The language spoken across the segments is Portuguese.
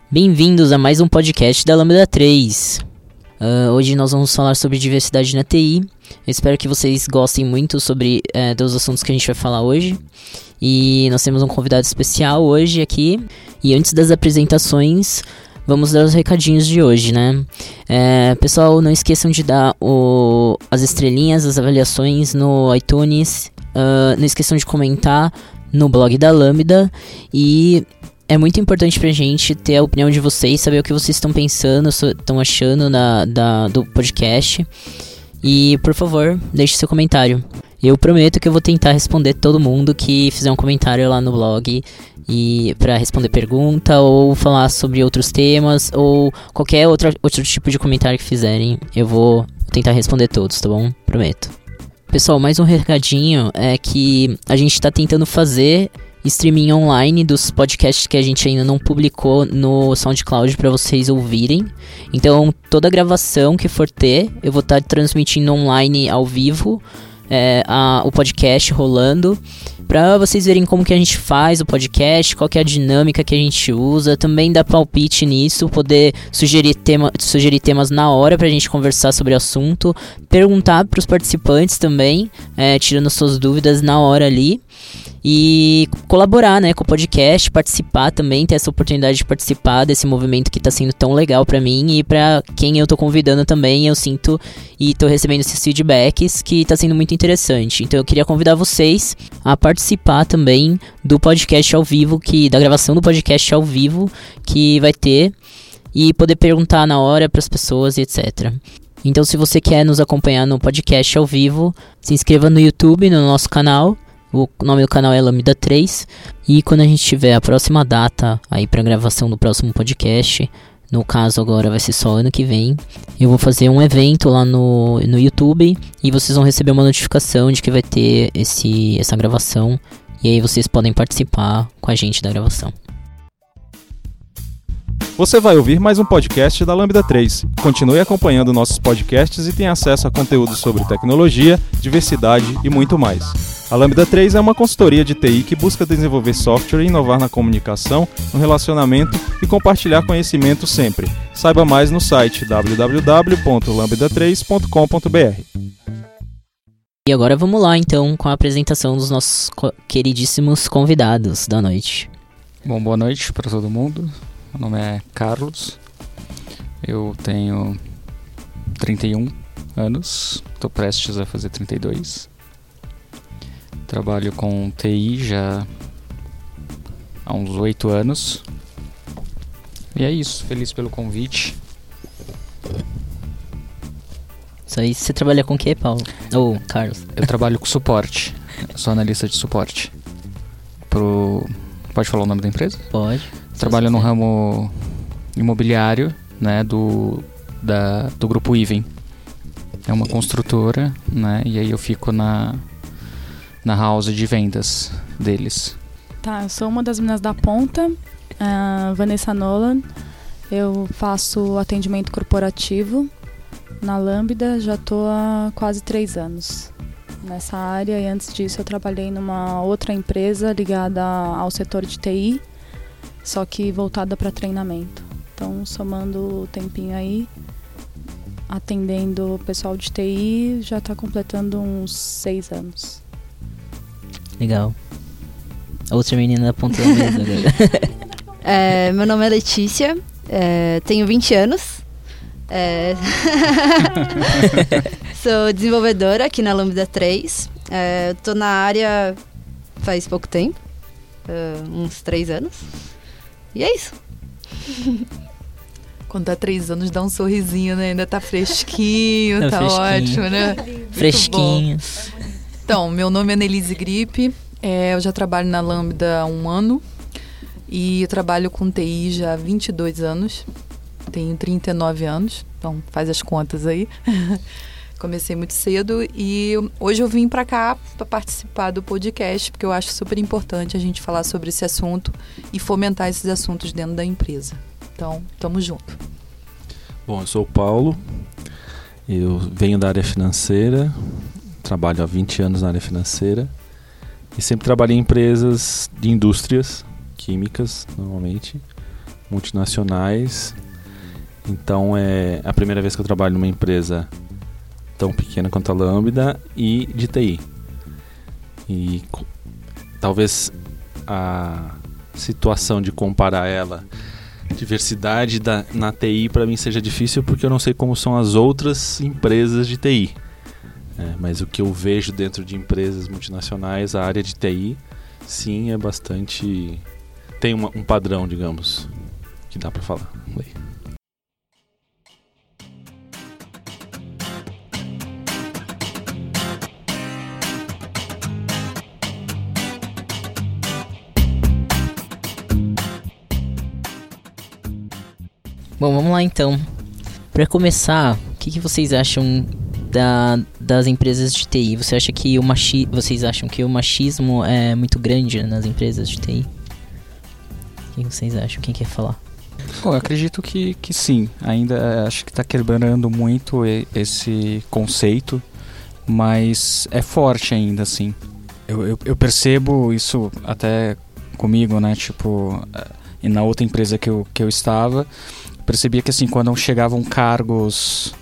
Bem-vindos a mais um podcast da Lambda 3. Hoje nós vamos falar sobre diversidade na TI. Eu espero que vocês gostem muito dos assuntos que a gente vai falar hoje. E nós temos um convidado especial hoje aqui. E antes das apresentações, vamos dar os recadinhos de hoje, né? Pessoal, não esqueçam de dar as estrelinhas, as avaliações no iTunes. Não esqueçam de comentar no blog da Lambda. E é muito importante pra gente ter a opinião de vocês, saber o que vocês estão pensando, estão achando do podcast. E, por favor, deixe seu comentário. Eu prometo que eu vou tentar responder todo mundo que fizer um comentário lá no blog e pra responder pergunta ou falar sobre outros temas ou qualquer outro tipo de comentário que fizerem. Eu vou tentar responder todos, tá bom? Prometo. Pessoal, mais um recadinho é que a gente tá tentando fazer streaming online dos podcasts que a gente ainda não publicou no SoundCloud para vocês ouvirem. Então, toda gravação que for ter, eu vou estar transmitindo online ao vivo o podcast rolando, para vocês verem como que a gente faz o podcast, qual que é a dinâmica que a gente usa. Também dá palpite nisso, poder sugerir temas na hora pra gente conversar sobre o assunto, perguntar pros participantes também, tirando suas dúvidas na hora ali. E colaborar, né, com o podcast, participar também, ter essa oportunidade de participar desse movimento que tá sendo tão legal pra mim e pra quem eu tô convidando também. Eu sinto e tô recebendo esses feedbacks que tá sendo muito interessante. Então eu queria convidar vocês a participar também do podcast ao vivo, da gravação do podcast ao vivo que vai ter, e poder perguntar na hora pras pessoas e etc. Então, se você quer nos acompanhar no podcast ao vivo, se inscreva no YouTube, no nosso canal. O nome do canal é Lambda 3. E quando a gente tiver a próxima data aí pra gravação do próximo podcast, no caso agora vai ser só ano que vem, eu vou fazer um evento lá no YouTube e vocês vão receber uma notificação de que vai ter essa gravação. E aí vocês podem participar com a gente da gravação. Você vai ouvir mais um podcast da Lambda 3. Continue acompanhando nossos podcasts e tenha acesso a conteúdo sobre tecnologia, diversidade e muito mais. A Lambda 3 é uma consultoria de TI que busca desenvolver software e inovar na comunicação, no relacionamento e compartilhar conhecimento sempre. Saiba mais no site www.lambda3.com.br. E agora vamos lá então com a apresentação dos nossos queridíssimos convidados da noite. Bom, boa noite para todo mundo. Meu nome é Carlos, eu tenho 31 anos, estou prestes a fazer 32. Trabalho com TI já há uns 8 anos. E é isso, feliz pelo convite. Isso aí, você trabalha com o que, Paulo? Ou Carlos? Eu trabalho com suporte, sou analista de suporte. Pode falar o nome da empresa? Pode. Trabalho no ramo imobiliário, né, do grupo Iven. É uma construtora, né, e aí eu fico na house de vendas deles. Tá, eu sou uma das meninas da ponta, Vanessa Nolan. Eu faço atendimento corporativo na Lambda, já estou há quase 3 anos nessa área, e antes disso eu trabalhei numa outra empresa ligada ao setor de TI, só que voltada para treinamento. Então, somando o tempinho aí, atendendo o pessoal de TI, já está completando uns 6 anos. Legal. A outra menina da ponta da mesa agora. Meu nome é Letícia, tenho 20 anos. Sou desenvolvedora aqui na Lambda 3. Tô na área faz pouco tempo, uns 3 anos. E é isso. Quando tá 3 anos dá um sorrisinho, né? Ainda tá fresquinho, tá fresquinho. Ótimo, né? Fresquinho. Então, meu nome é Nelise Gripe, eu já trabalho na Lambda há 1 ano e eu trabalho com TI já há 22 anos, tenho 39 anos, então faz as contas aí. Comecei muito cedo e hoje eu vim para cá para participar do podcast, porque eu acho super importante a gente falar sobre esse assunto e fomentar esses assuntos dentro da empresa. Então, tamo junto. Bom, eu sou o Paulo, eu venho da área financeira, trabalho há 20 anos na área financeira e sempre trabalhei em empresas de indústrias químicas, normalmente, multinacionais. Então é a primeira vez que eu trabalho numa empresa tão pequena quanto a Lambda e de TI. E talvez a situação de comparar ela, diversidade na TI, para mim seja difícil, porque eu não sei como são as outras empresas de TI. Mas o que eu vejo dentro de empresas multinacionais, a área de TI, sim, é bastante... Tem um padrão, digamos, que dá para falar. Bom, vamos lá então. Para começar, o que vocês acham das empresas de TI? Vocês acham que o machismo é muito grande nas empresas de TI? O que vocês acham? Quem quer falar? Bom, eu acredito que sim. Ainda acho que está quebrando muito esse conceito, mas é forte ainda, assim. Eu percebo isso até comigo, né? Tipo, e na outra empresa que eu estava, percebia que assim, quando chegavam cargos,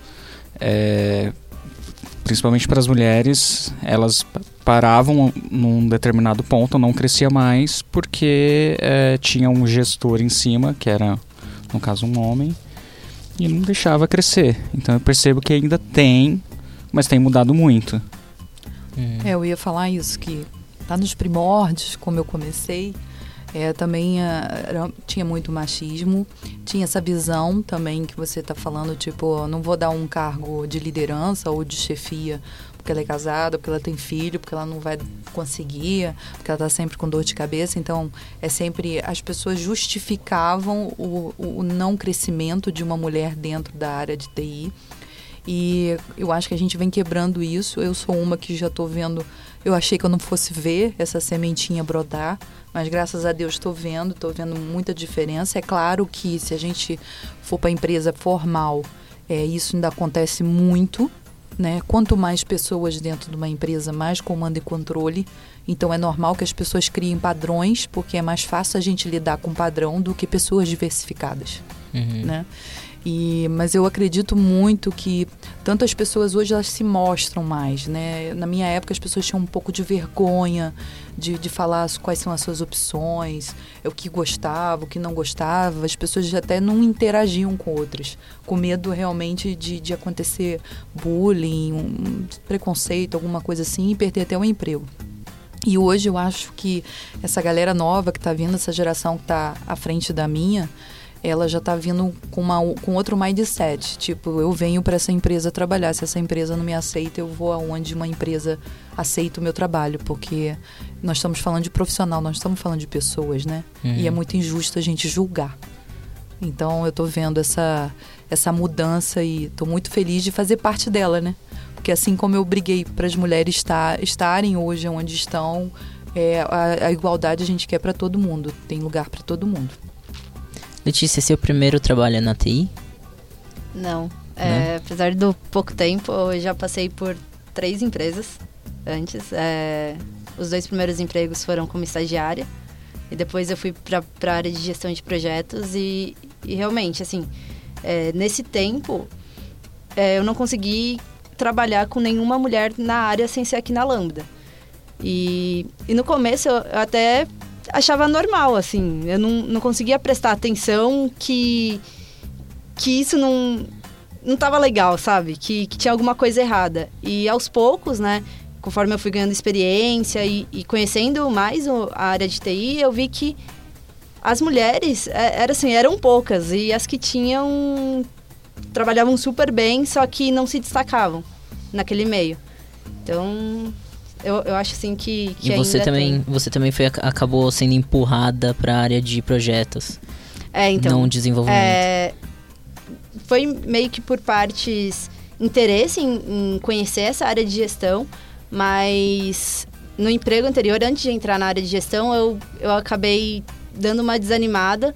principalmente para as mulheres, elas paravam num determinado ponto, não crescia mais, porque tinha um gestor em cima, que era, no caso, um homem, e não deixava crescer. Então eu percebo que ainda tem, mas tem mudado muito. Eu ia falar isso, que tá nos primórdios, como eu comecei, também tinha muito machismo, tinha essa visão também que você está falando, tipo, não vou dar um cargo de liderança ou de chefia porque ela é casada, porque ela tem filho, porque ela não vai conseguir, porque ela está sempre com dor de cabeça. Então, sempre as pessoas justificavam o não crescimento de uma mulher dentro da área de TI. E eu acho que a gente vem quebrando isso. Eu sou uma que já estou vendo... Eu achei que eu não fosse ver essa sementinha brotar, mas graças a Deus estou vendo muita diferença. É claro que se a gente for para a empresa formal, isso ainda acontece muito, né? Quanto mais pessoas dentro de uma empresa, mais comando e controle. Então é normal que as pessoas criem padrões, porque é mais fácil a gente lidar com padrão do que pessoas diversificadas, né? Mas eu acredito muito que tanto as pessoas hoje elas se mostram mais, né? Na minha época as pessoas tinham um pouco de vergonha de falar quais são as suas opções, o que gostava, o que não gostava. As pessoas até não interagiam com outras, com medo realmente de acontecer bullying, preconceito, alguma coisa assim, e perder até o emprego. E hoje eu acho que essa galera nova que está vindo, essa geração que está à frente da minha, ela já está vindo com outro mindset. Tipo, eu venho para essa empresa trabalhar. Se essa empresa não me aceita, eu vou aonde uma empresa aceita o meu trabalho. Porque nós estamos falando de profissional, nós estamos falando de pessoas, né? E é muito injusto a gente julgar. Então, eu estou vendo essa mudança e estou muito feliz de fazer parte dela, né? Porque assim como eu briguei para as mulheres estarem hoje onde estão, a igualdade a gente quer para todo mundo. Tem lugar para todo mundo. Letícia, seu primeiro trabalho é na TI? Não. Apesar do pouco tempo, eu já passei por 3 empresas antes. Os 2 primeiros empregos foram como estagiária. E depois eu fui para a área de gestão de projetos. E realmente, assim, nesse tempo, eu não consegui trabalhar com nenhuma mulher na área sem ser aqui na Lambda. E no começo eu até... achava normal, assim, eu não conseguia prestar atenção que isso não estava legal, sabe? Que tinha alguma coisa errada. E aos poucos, né, conforme eu fui ganhando experiência e conhecendo mais a área de TI, eu vi que as mulheres eram poucas, e as que tinham trabalhavam super bem, só que não se destacavam naquele meio. Então... Eu acho assim que e você também acabou sendo empurrada para a área de projetos, então, não desenvolvimento. Foi meio que por partes interesse em conhecer essa área de gestão, mas no emprego anterior, antes de entrar na área de gestão, eu acabei dando uma desanimada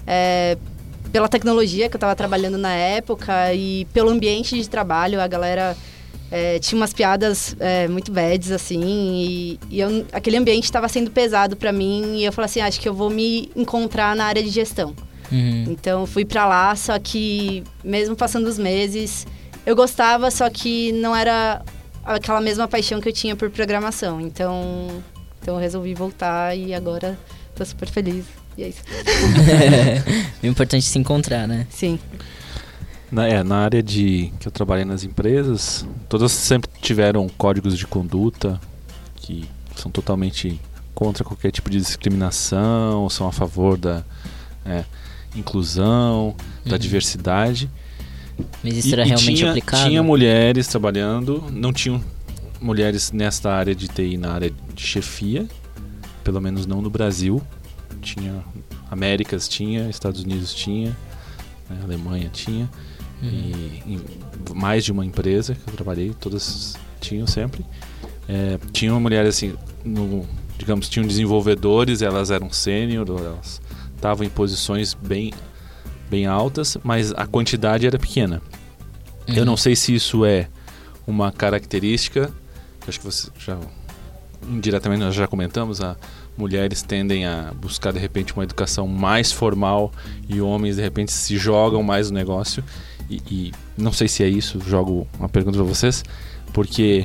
pela tecnologia que eu estava trabalhando na época e pelo ambiente de trabalho. A galera... tinha umas piadas muito bads, assim, e aquele ambiente estava sendo pesado para mim, e eu falei assim, acho que eu vou me encontrar na área de gestão. Então fui pra lá, só que mesmo passando os meses, eu gostava, só que não era aquela mesma paixão que eu tinha por programação. Então eu resolvi voltar e agora tô super feliz. E é isso. O importante é se encontrar, né? Sim. Na área que eu trabalhei nas empresas, todas sempre tiveram códigos de conduta que são totalmente contra qualquer tipo de discriminação, são a favor da inclusão, da diversidade. Mas isso era realmente aplicado? Tinha mulheres trabalhando, não tinham mulheres nesta área de TI, na área de chefia, pelo menos não no Brasil. Tinha Américas, tinha Estados Unidos, tinha, né, Alemanha tinha, e mais de uma empresa que eu trabalhei, todas tinham sempre. Tinham mulheres assim, digamos, tinham desenvolvedores, elas eram sênior, elas estavam em posições bem altas, mas a quantidade era pequena. Eu não sei se isso é uma característica, acho que você indiretamente nós já comentamos, mulheres tendem a buscar de repente uma educação mais formal e homens de repente se jogam mais no negócio, e não sei se é isso, jogo uma pergunta para vocês, porque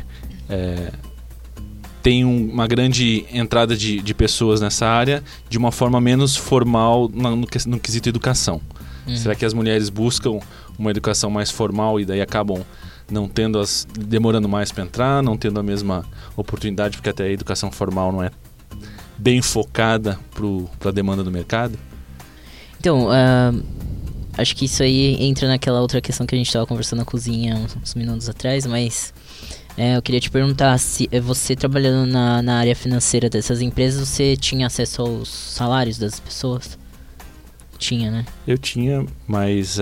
tem uma grande entrada de pessoas nessa área de uma forma menos formal no quesito educação. Será que as mulheres buscam uma educação mais formal e daí acabam não tendo demorando mais para entrar, não tendo a mesma oportunidade, porque até a educação formal não é bem focada para a demanda do mercado? Então, acho que isso aí entra naquela outra questão que a gente estava conversando na cozinha uns minutos atrás, mas eu queria te perguntar se você trabalhando na área financeira dessas empresas, você tinha acesso aos salários das pessoas? Tinha, né? Eu tinha, mas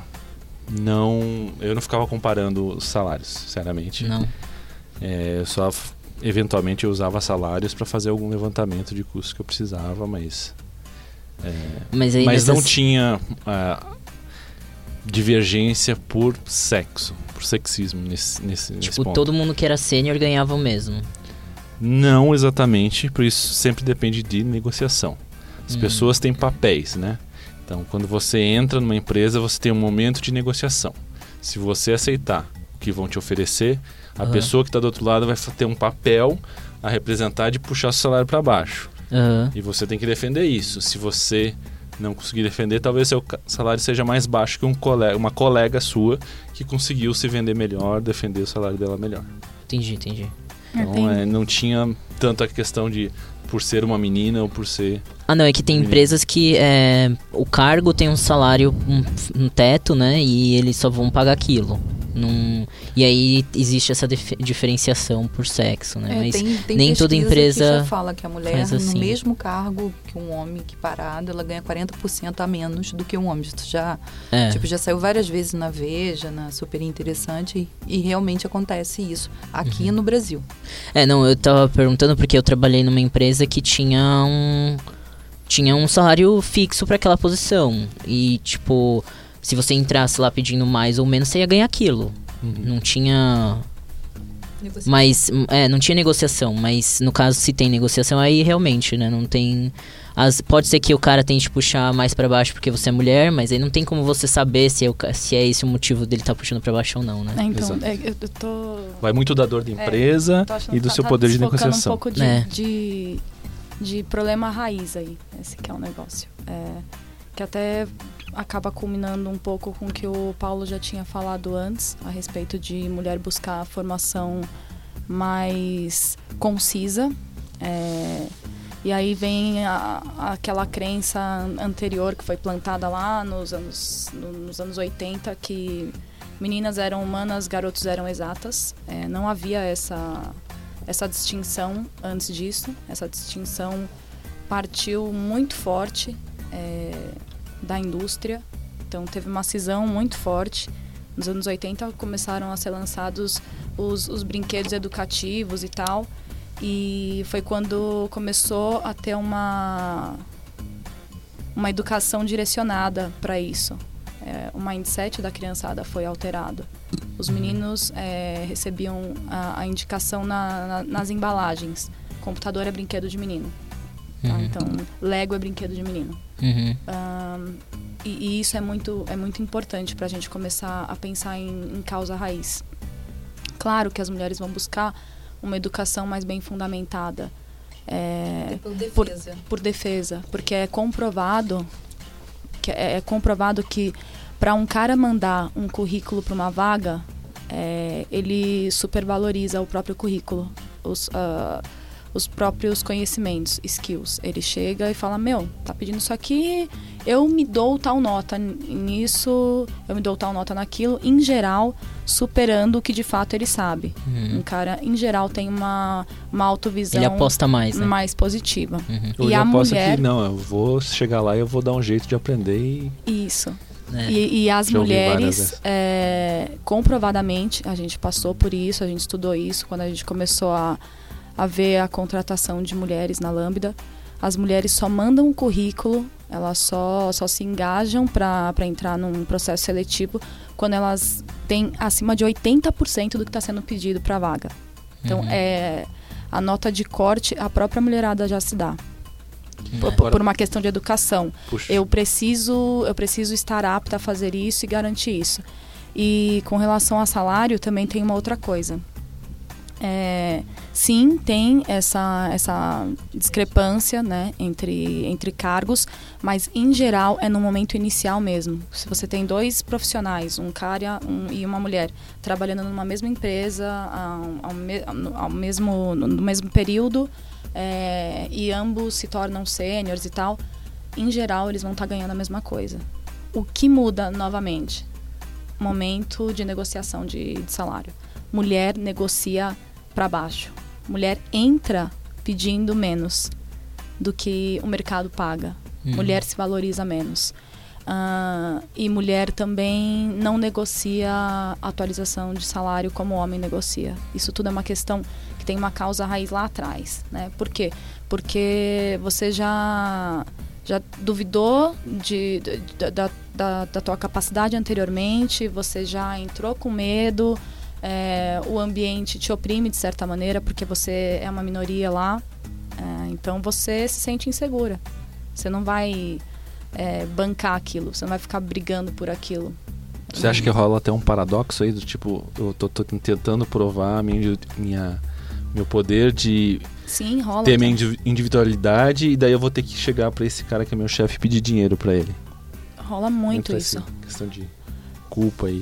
eu não ficava comparando os salários, sinceramente. Não. Eu só eventualmente eu usava salários para fazer algum levantamento de custos que eu precisava, mas não tinha divergência por sexo, por sexismo nesse ponto. Todo mundo que era sênior ganhava o mesmo? Não exatamente, por isso sempre depende de negociação. As pessoas têm papéis, né? Então, quando você entra numa empresa, você tem um momento de negociação. Se você aceitar o que vão te oferecer, a pessoa que está do outro lado vai ter um papel a representar de puxar o salário para baixo. E você tem que defender isso. Se você não conseguir defender, talvez seu salário seja mais baixo que uma colega sua que conseguiu se vender melhor, defender o salário dela melhor. Entendi. Então, não tinha tanto a questão de por ser uma menina ou por ser... não, é que tem empresas que o cargo tem um salário, um teto, né? E eles só vão pagar aquilo. E aí existe essa diferenciação por sexo, né? Mas tem nem toda empresa que já fala que a mulher assim. No mesmo cargo que um homem equiparado, ela ganha 40% a menos do que um homem. Isso já saiu várias vezes na Veja, na Super Interessante, e realmente acontece isso aqui no Brasil. Eu tava perguntando porque eu trabalhei numa empresa que tinha um salário fixo para aquela posição. E, se você entrasse lá pedindo mais ou menos, você ia ganhar aquilo. Não tinha... Mas, não tinha negociação. Mas, no caso, se tem negociação, aí realmente, né? Não tem... Pode ser que o cara tente puxar mais pra baixo porque você é mulher, mas aí não tem como você saber se é esse o motivo dele tá puxando pra baixo ou não, né? Então, eu tô... Vai muito da dor da empresa e do seu poder de negociação. Um pouco de problema raiz aí. Esse que é o negócio. Que até... acaba culminando um pouco com o que o Paulo já tinha falado antes, a respeito de mulher buscar a formação mais concisa. E aí vem aquela crença anterior que foi plantada lá nos anos 80, que meninas eram humanas, garotos eram exatas. Não havia essa distinção antes disso. Essa distinção partiu muito forte da indústria, então teve uma cisão muito forte. Nos anos 80 começaram a ser lançados os brinquedos educativos e tal, e foi quando começou a ter uma educação direcionada para isso. O mindset da criançada foi alterado. Os meninos recebiam a indicação nas embalagens: computador é brinquedo de menino. Tá? Então, Lego é brinquedo de menino. E isso é muito importante para a gente começar a pensar em causa raiz. Claro que as mulheres vão buscar uma educação mais bem fundamentada. Por defesa. Porque é comprovado que para um cara mandar um currículo para uma vaga, ele supervaloriza o próprio currículo, os próprios conhecimentos, skills. Ele chega e fala, tá pedindo isso aqui, eu me dou tal nota nisso, eu me dou tal nota naquilo, em geral, superando o que de fato ele sabe. Um cara, em geral, tem uma autovisão... Ele aposta mais, né? Mais positiva. E a mulher... que não, eu vou chegar lá e eu vou dar um jeito de aprender e... Isso. E as mulheres, comprovadamente, a gente passou por isso, a gente estudou isso, quando a gente começou a ver a contratação de mulheres na Lambda. As mulheres só mandam um currículo, elas só se engajam para entrar num processo seletivo quando elas têm acima de 80% do que está sendo pedido para a vaga. Então, a nota de corte, a própria mulherada já se dá. Por uma questão de educação. Puxa. Eu preciso estar apta a fazer isso e garantir isso. E com relação a salário, também tem uma outra coisa. Sim, tem essa discrepância, né, entre cargos, mas em geral é no momento inicial mesmo. Se você tem dois profissionais, um cara e uma mulher, trabalhando numa mesma empresa no mesmo período, e ambos se tornam sêniores e tal, em geral eles vão estar ganhando a mesma coisa. O que muda novamente? Momento de negociação de salário. Mulher negocia para baixo. Mulher entra pedindo menos do que o mercado paga. Mulher se valoriza menos. E mulher também não negocia atualização de salário como o homem negocia. Isso tudo é uma questão que tem uma causa raiz lá atrás, né? Por quê? Porque você já duvidou da tua capacidade anteriormente, você já entrou com medo, o ambiente te oprime de certa maneira porque você é uma minoria lá, então você se sente insegura. Você não vai bancar aquilo, você não vai ficar brigando por aquilo. Você acha que rola até um paradoxo aí do tipo, eu tô tentando provar meu poder de Sim, rola, ter minha individualidade, e daí eu vou ter que chegar pra esse cara que é meu chefe e pedir dinheiro pra ele. Rola muito isso. Questão de culpa aí.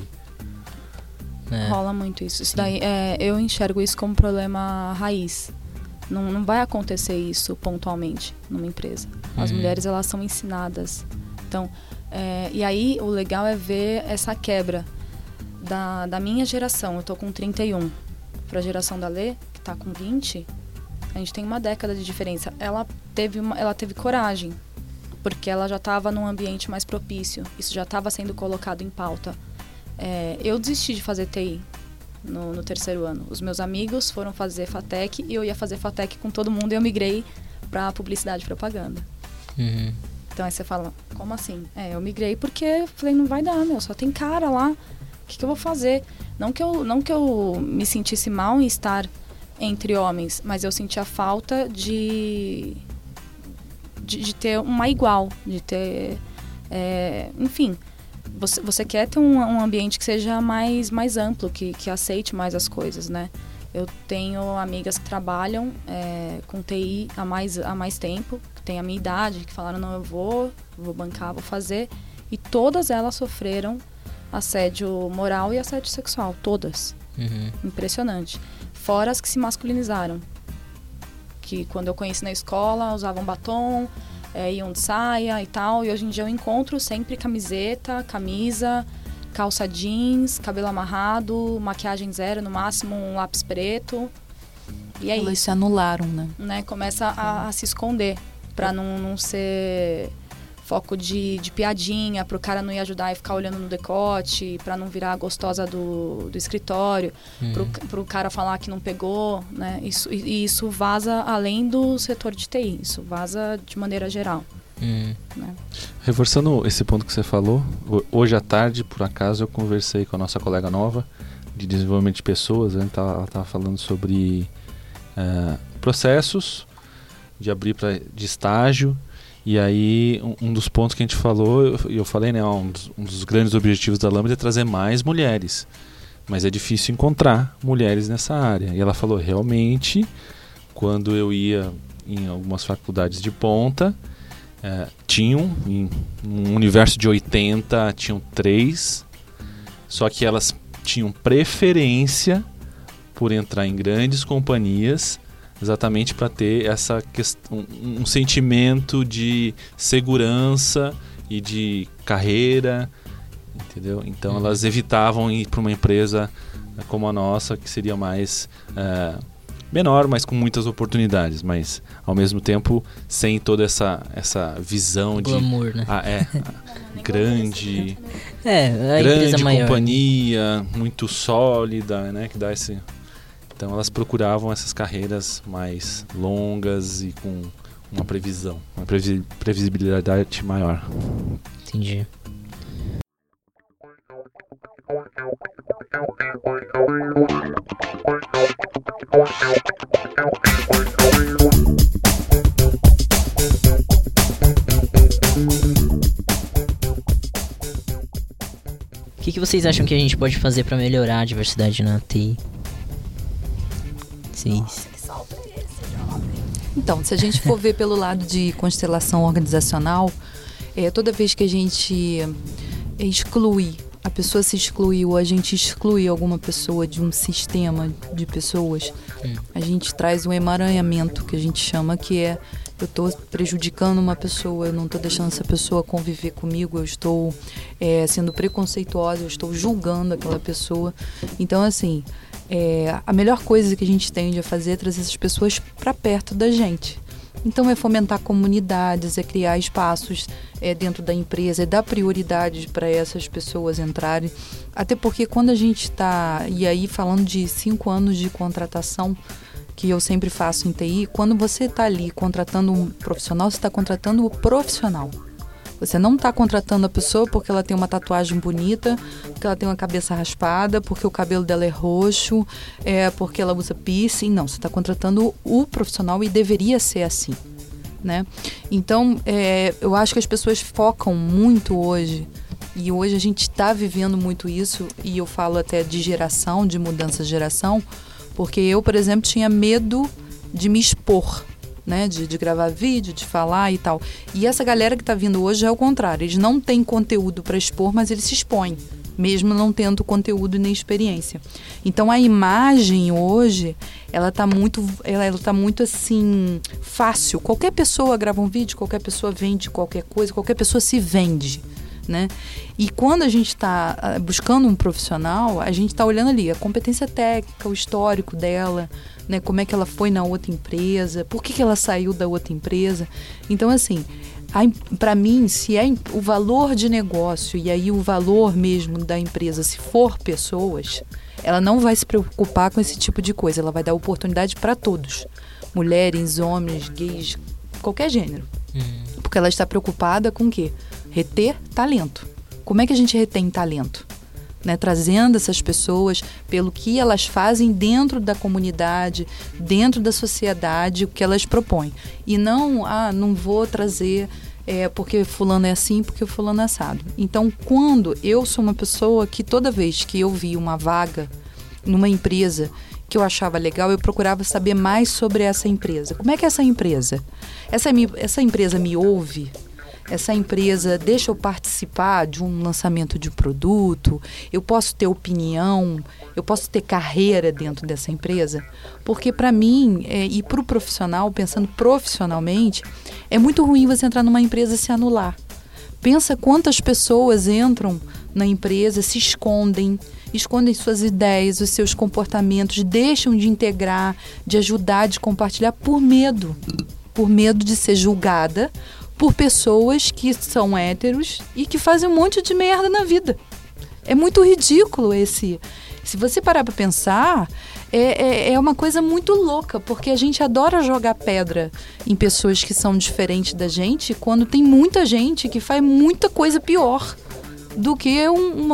Rola muito isso. Isso daí, eu enxergo isso como problema raiz. Não vai acontecer isso pontualmente numa empresa. As mulheres, elas são ensinadas. Então, e aí o legal é ver essa quebra da minha geração. Eu tô com 31. Pra geração da Lê, que tá com 20, a gente tem uma década de diferença. Ela teve coragem, porque ela já estava num ambiente mais propício. Isso já estava sendo colocado em pauta. Eu desisti de fazer TI no terceiro ano. Os meus amigos foram fazer FATEC e eu ia fazer FATEC com todo mundo, e eu migrei para publicidade e propaganda. Então aí você fala, como assim? Eu migrei porque falei, não vai dar, só tem cara lá, o que eu vou fazer? Não que eu me sentisse mal em estar entre homens, mas eu sentia falta de ter uma igual, de ter, enfim, você quer ter um ambiente que seja mais amplo, que aceite mais as coisas, né? Eu tenho amigas que trabalham com TI há mais tempo, que têm a minha idade, que falaram, não, eu vou bancar, vou fazer, e todas elas sofreram assédio moral e assédio sexual, todas. Impressionante. Fora as que se masculinizaram, que quando eu conheci na escola usavam batom, iam de saia e tal, e hoje em dia eu encontro sempre camiseta, camisa, calça jeans, cabelo amarrado, maquiagem zero, no máximo um lápis preto, e é Elas isso. se anularam, né? Começa a se esconder para não ser foco de piadinha, pro cara não ir ajudar e ficar olhando no decote, para não virar a gostosa do escritório, pro cara falar que não pegou, né? Isso vaza além do setor de TI, isso vaza de maneira geral. Né? Reforçando esse ponto que você falou, hoje à tarde, por acaso, eu conversei com a nossa colega nova de desenvolvimento de pessoas, né? Ela estava falando sobre processos de abrir de estágio. E aí, um dos pontos que a gente falou, eu falei, né, um dos grandes objetivos da Lambda é trazer mais mulheres. Mas é difícil encontrar mulheres nessa área. E ela falou, realmente, quando eu ia em algumas faculdades de ponta, tinham, em um universo de 80, tinham 3, só que elas tinham preferência por entrar em grandes companhias, exatamente para ter essa questão, um sentimento de segurança e de carreira, entendeu? Então elas evitavam ir para uma empresa como a nossa, que seria mais menor, mas com muitas oportunidades, mas ao mesmo tempo sem toda essa visão glamour, de né? Grande, a grande empresa maior, companhia, muito sólida, né, que dá esse. Então elas procuravam essas carreiras mais longas e com uma previsão, uma previsibilidade maior. Entendi. O que vocês acham que a gente pode fazer para melhorar a diversidade na TI? Então, se a gente for ver pelo lado de constelação organizacional, toda vez que a gente exclui, a pessoa se exclui ou a gente exclui alguma pessoa de um sistema de pessoas, a gente traz um emaranhamento que a gente chama, que é: eu estou prejudicando uma pessoa, eu não estou deixando essa pessoa conviver comigo, eu estou sendo preconceituosa, eu estou julgando aquela pessoa. Então, assim, a melhor coisa que a gente tende a fazer é trazer essas pessoas para perto da gente. Então, é fomentar comunidades, é criar espaços dentro da empresa, é dar prioridade para essas pessoas entrarem. Até porque quando a gente está, e aí falando de 5 anos de contratação, que eu sempre faço em TI, quando você está ali contratando um profissional, você está contratando o profissional. Você não está contratando a pessoa porque ela tem uma tatuagem bonita, porque ela tem uma cabeça raspada, porque o cabelo dela é roxo, porque ela usa piercing. Não, você está contratando o profissional e deveria ser assim, né? Então, eu acho que as pessoas focam muito hoje, e hoje a gente está vivendo muito isso, e eu falo até de geração, de mudança de geração, porque eu, por exemplo, tinha medo de me expor, né? De gravar vídeo, de falar e tal. E essa galera que está vindo hoje é o contrário. Eles não têm conteúdo para expor, mas eles se expõem, mesmo não tendo conteúdo nem experiência. Então, a imagem hoje, ela tá muito assim, fácil. Qualquer pessoa grava um vídeo, qualquer pessoa vende qualquer coisa, qualquer pessoa se vende, né? E quando a gente está buscando um profissional, a gente está olhando ali a competência técnica, o histórico dela, né? Como é que ela foi na outra empresa, por que ela saiu da outra empresa. Então, assim, para mim, se o valor de negócio e aí o valor mesmo da empresa, se for pessoas, ela não vai se preocupar com esse tipo de coisa. Ela vai dar oportunidade para todos, mulheres, homens, gays, qualquer gênero. Porque ela está preocupada com o quê? Reter talento. Como é que a gente retém talento? Né? Trazendo essas pessoas pelo que elas fazem dentro da comunidade, dentro da sociedade, o que elas propõem. E não vou trazer porque fulano é assim, porque fulano é assado. Então, quando eu sou uma pessoa que toda vez que eu vi uma vaga numa empresa que eu achava legal, eu procurava saber mais sobre essa empresa. Como é que é essa empresa? Essa empresa me ouve? Essa empresa deixa eu participar de um lançamento de produto? Eu posso ter opinião? Eu posso ter carreira dentro dessa empresa? Porque para mim, e para o profissional, pensando profissionalmente, é muito ruim você entrar numa empresa e se anular. Pensa quantas pessoas entram na empresa, se escondem suas ideias, os seus comportamentos, deixam de integrar, de ajudar, de compartilhar por medo de ser julgada por pessoas que são héteros e que fazem um monte de merda na vida. É muito ridículo esse. Se você parar para pensar, é uma coisa muito louca, porque a gente adora jogar pedra em pessoas que são diferentes da gente, quando tem muita gente que faz muita coisa pior do que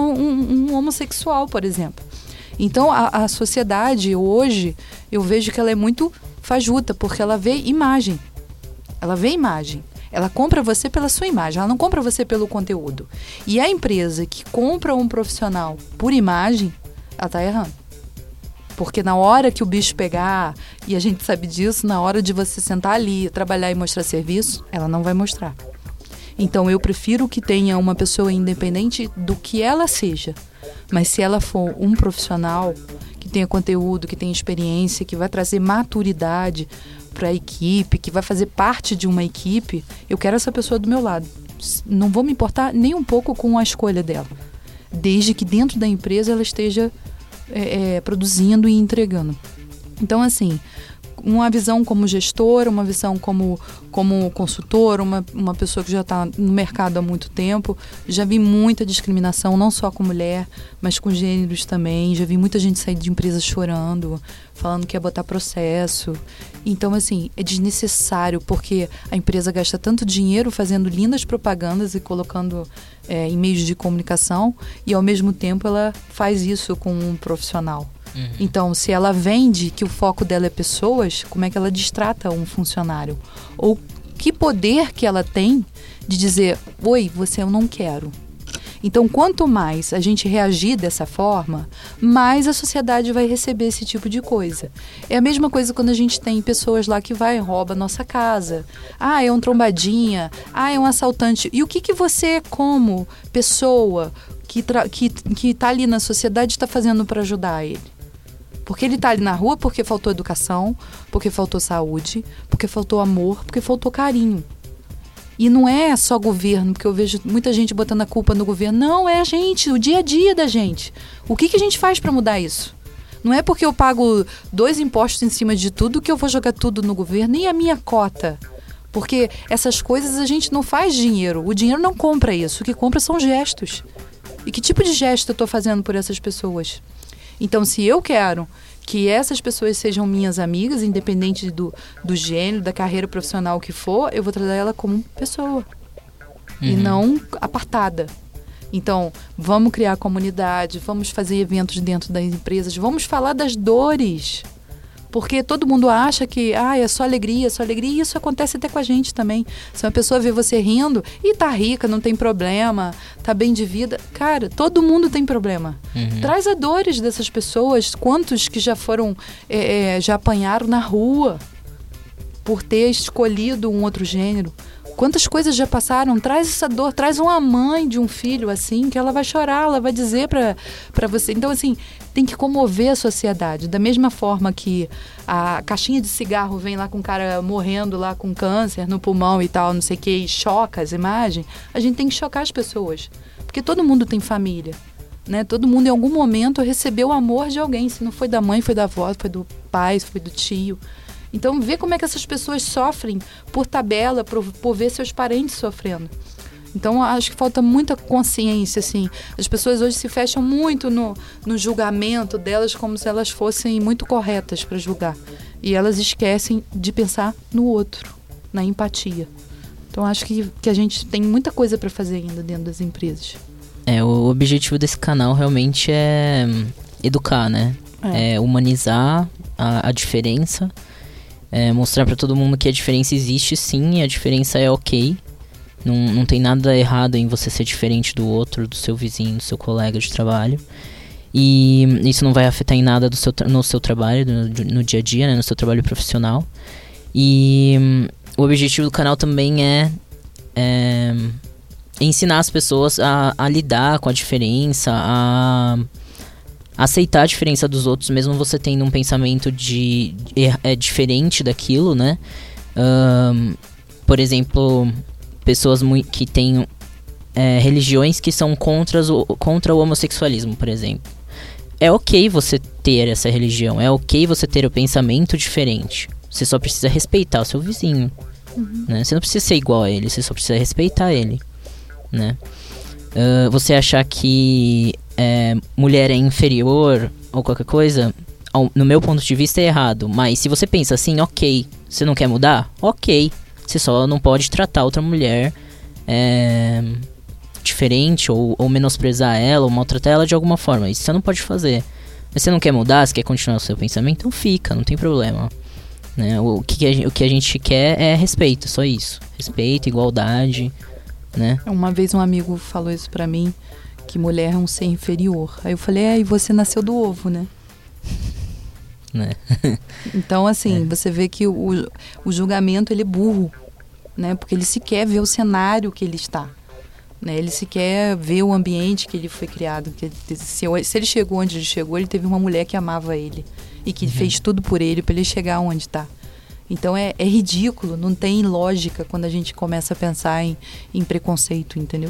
um homossexual, por exemplo. Então, a sociedade hoje, eu vejo que ela é muito fajuta, porque ela vê imagem. Ela vê imagem. Ela compra você pela sua imagem, ela não compra você pelo conteúdo. E a empresa que compra um profissional por imagem, ela está errando. Porque na hora que o bicho pegar, e a gente sabe disso, na hora de você sentar ali, trabalhar e mostrar serviço, ela não vai mostrar. Então eu prefiro que tenha uma pessoa independente do que ela seja. Mas se ela for um profissional que tenha conteúdo, que tenha experiência, que vai trazer maturidade para a equipe, que vai fazer parte de uma equipe, eu quero essa pessoa do meu lado. Não vou me importar nem um pouco com a escolha dela, desde que dentro da empresa ela esteja produzindo e entregando. Então, assim, uma visão como gestora, uma visão como consultora, uma pessoa que já está no mercado há muito tempo. Já vi muita discriminação, não só com mulher, mas com gêneros também. Já vi muita gente sair de empresa chorando, falando que ia botar processo. Então, assim, é desnecessário, porque a empresa gasta tanto dinheiro fazendo lindas propagandas e colocando em meios de comunicação, e ao mesmo tempo ela faz isso com um profissional. Então, se ela vende que o foco dela é pessoas, como é que ela destrata um funcionário? Ou que poder que ela tem de dizer, oi, você eu não quero. Então, quanto mais a gente reagir dessa forma, mais a sociedade vai receber esse tipo de coisa. É a mesma coisa quando a gente tem pessoas lá que vai e rouba a nossa casa. Ah, é um trombadinha. Ah, é um assaltante. E o que você, como pessoa que tá ali na sociedade, está fazendo para ajudar ele? Porque ele está ali na rua porque faltou educação, porque faltou saúde, porque faltou amor, porque faltou carinho. E não é só governo, porque eu vejo muita gente botando a culpa no governo. Não, é a gente, o dia a dia da gente. O que a gente faz para mudar isso? Não é porque eu pago 2 impostos em cima de tudo que eu vou jogar tudo no governo, nem a minha cota. Porque essas coisas a gente não faz dinheiro. O dinheiro não compra isso. O que compra são gestos. E que tipo de gesto eu estou fazendo por essas pessoas? Então, se eu quero que essas pessoas sejam minhas amigas, independente do gênero, da carreira profissional que for, eu vou tratar ela como pessoa. E não apartada. Então, vamos criar comunidade, vamos fazer eventos dentro das empresas, vamos falar das dores. Porque todo mundo acha que é só alegria, e isso acontece até com a gente também. Se uma pessoa vê você rindo e tá rica, não tem problema, tá bem de vida, cara, todo mundo tem problema. Traz as dores dessas pessoas, quantos que já foram, já apanharam na rua por ter escolhido um outro gênero. Quantas coisas já passaram? Traz essa dor, traz uma mãe de um filho assim, que ela vai chorar, ela vai dizer pra você. Então, assim, tem que comover a sociedade. Da mesma forma que a caixinha de cigarro vem lá com o cara morrendo lá com câncer no pulmão e tal, não sei o que, e choca as imagens, a gente tem que chocar as pessoas. Porque todo mundo tem família, né? Todo mundo em algum momento recebeu o amor de alguém. Se não foi da mãe, foi da avó, foi do pai, foi do tio. Então, vê como é que essas pessoas sofrem por tabela, por ver seus parentes sofrendo. Então, acho que falta muita consciência, assim. As pessoas hoje se fecham muito no julgamento delas como se elas fossem muito corretas para julgar. E elas esquecem de pensar no outro, na empatia. Então, acho que a gente tem muita coisa para fazer ainda dentro das empresas. O objetivo desse canal realmente é educar, né? É humanizar a diferença. Mostrar pra todo mundo que a diferença existe sim, e a diferença é ok. Não tem nada errado em você ser diferente do outro, do seu vizinho, do seu colega de trabalho. E isso não vai afetar em nada no seu trabalho, no dia a dia, né, no seu trabalho profissional. E o objetivo do canal também é ensinar as pessoas a lidar com a diferença, a aceitar a diferença dos outros, mesmo você tendo um pensamento diferente daquilo, né? Por exemplo, pessoas que têm religiões que são contra o homossexualismo, por exemplo. É ok você ter essa religião, é ok você ter o pensamento diferente. Você só precisa respeitar o seu vizinho, né? Você não precisa ser igual a ele, você só precisa respeitar ele, né? Você achar que mulher é inferior ou qualquer coisa, no meu ponto de vista é errado. Mas se você pensa assim, ok, você não quer mudar? Ok, você só não pode tratar outra mulher diferente ou menosprezar ela ou maltratar ela de alguma forma. Isso você não pode fazer. Mas você não quer mudar, você quer continuar o seu pensamento? Então fica, não tem problema, né? O que a gente quer é respeito, só isso. Respeito, igualdade, né? Uma vez um amigo falou isso pra mim, que mulher é um ser inferior. Aí eu falei, e você nasceu do ovo, né? Né? Então, assim, você vê que o julgamento, ele é burro, né? Porque ele sequer vê o cenário que ele está, né? Ele sequer vê o ambiente que ele foi criado. Se ele chegou onde ele chegou, ele teve uma mulher que amava ele e que fez tudo por ele para ele chegar onde está. Então é ridículo, não tem lógica quando a gente começa a pensar em preconceito, entendeu?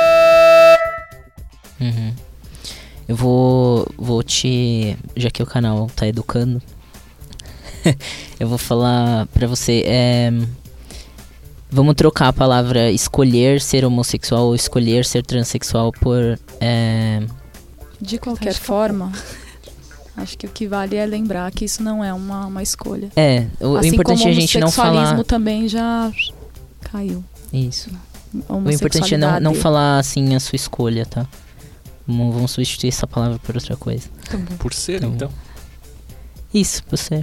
Uhum. Eu vou já que o canal tá educando, eu vou falar pra você, vamos trocar a palavra escolher ser homossexual ou escolher ser transexual por... De qualquer forma, acho que o que vale é lembrar que isso não é uma escolha. O assim importante como é a gente não falar... o homossexualismo também já caiu. Isso. O importante é não falar assim a sua escolha, tá? Vamos substituir essa palavra por outra coisa. Por ser, então? Isso, por ser.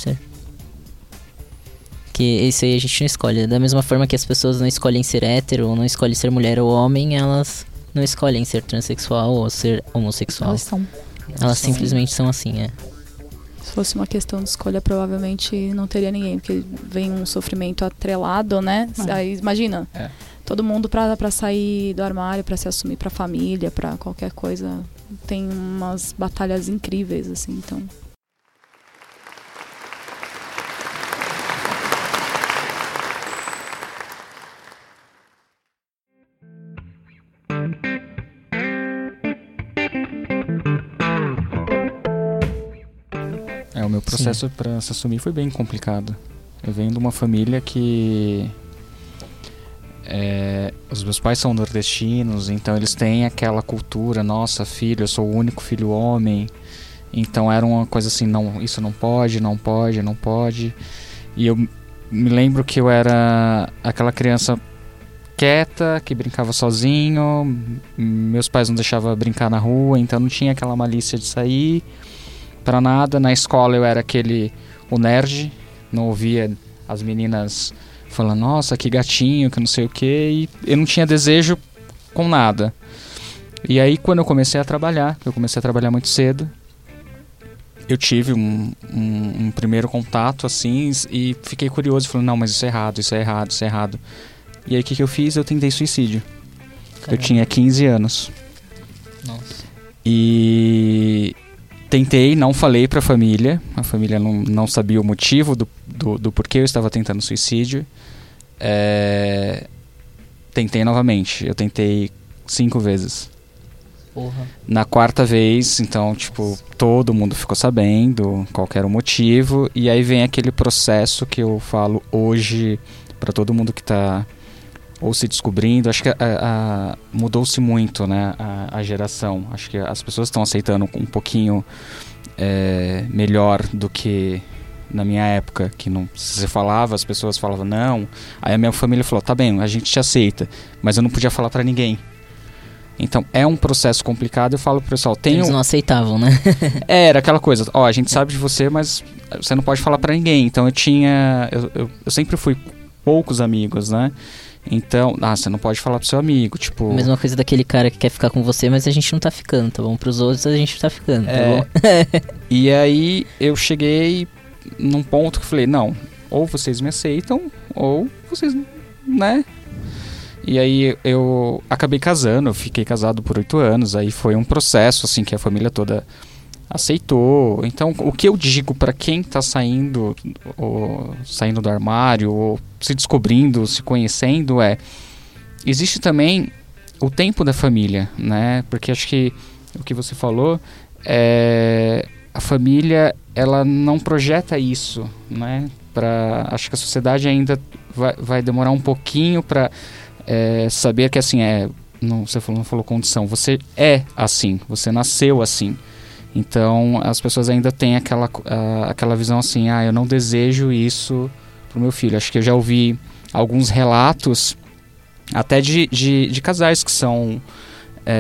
Que isso aí a gente não escolhe. Da mesma forma que as pessoas não escolhem ser hétero, ou não escolhem ser mulher ou homem, elas não escolhem ser transexual ou ser homossexual. Elas simplesmente são assim, Se fosse uma questão de escolha, provavelmente não teria ninguém, porque vem um sofrimento atrelado, né? Aí, imagina... Todo mundo pra sair do armário, pra se assumir pra família, pra qualquer coisa, tem umas batalhas incríveis, assim, então... O meu processo pra se assumir foi bem complicado. Eu venho de uma família que... os meus pais são nordestinos, então eles têm aquela cultura, nossa, filho, eu sou o único filho homem, então era uma coisa assim, não, isso não pode, e eu me lembro que eu era aquela criança quieta, que brincava sozinho, meus pais não deixavam brincar na rua, então não tinha aquela malícia de sair pra nada. Na escola eu era o nerd, não ouvia as meninas falando, nossa, que gatinho, que não sei o que, e eu não tinha desejo com nada. E aí quando eu comecei a trabalhar muito cedo, eu tive um primeiro contato assim, e fiquei curioso, falando, não, mas isso é errado. E aí o que eu fiz? Eu tentei suicídio. Caramba. Eu tinha 15 anos. Nossa. E tentei, não falei pra família, a família não sabia o motivo do porquê eu estava tentando suicídio. Tentei novamente, eu tentei 5 vezes. Porra. Na 4ª vez, então, todo mundo ficou sabendo qual que era o motivo, e aí vem aquele processo que eu falo hoje pra todo mundo que tá ou se descobrindo. Acho que mudou-se muito, né, a geração. Acho que as pessoas estão aceitando um pouquinho melhor do que na minha época, que não, se você falava, as pessoas falavam não. Aí a minha família falou, tá bem, a gente te aceita, mas eu não podia falar pra ninguém. Então é um processo complicado. Eu falo pro pessoal, eles não aceitavam, né? Era aquela coisa, a gente sabe de você, mas você não pode falar pra ninguém. Então eu sempre fui poucos amigos, né? Então, você não pode falar pro seu amigo, Mesma coisa daquele cara que quer ficar com você, mas a gente não tá ficando, tá bom? Pros outros a gente tá ficando, tá bom? E aí eu cheguei num ponto que falei, não, ou vocês me aceitam, ou vocês, né? E aí eu acabei casando, eu fiquei casado por 8 anos, aí foi um processo, assim, que a família toda aceitou. Então, o que eu digo para quem tá saindo do armário, ou se descobrindo, se conhecendo, existe também o tempo da família, né? Porque acho que o que você falou, a família, ela não projeta isso, né? Acho que a sociedade ainda vai demorar um pouquinho para saber que, assim, você não falou condição, você é assim, você nasceu assim. Então as pessoas ainda têm aquela visão assim, eu não desejo isso pro meu filho. Acho que eu já ouvi alguns relatos até de casais que são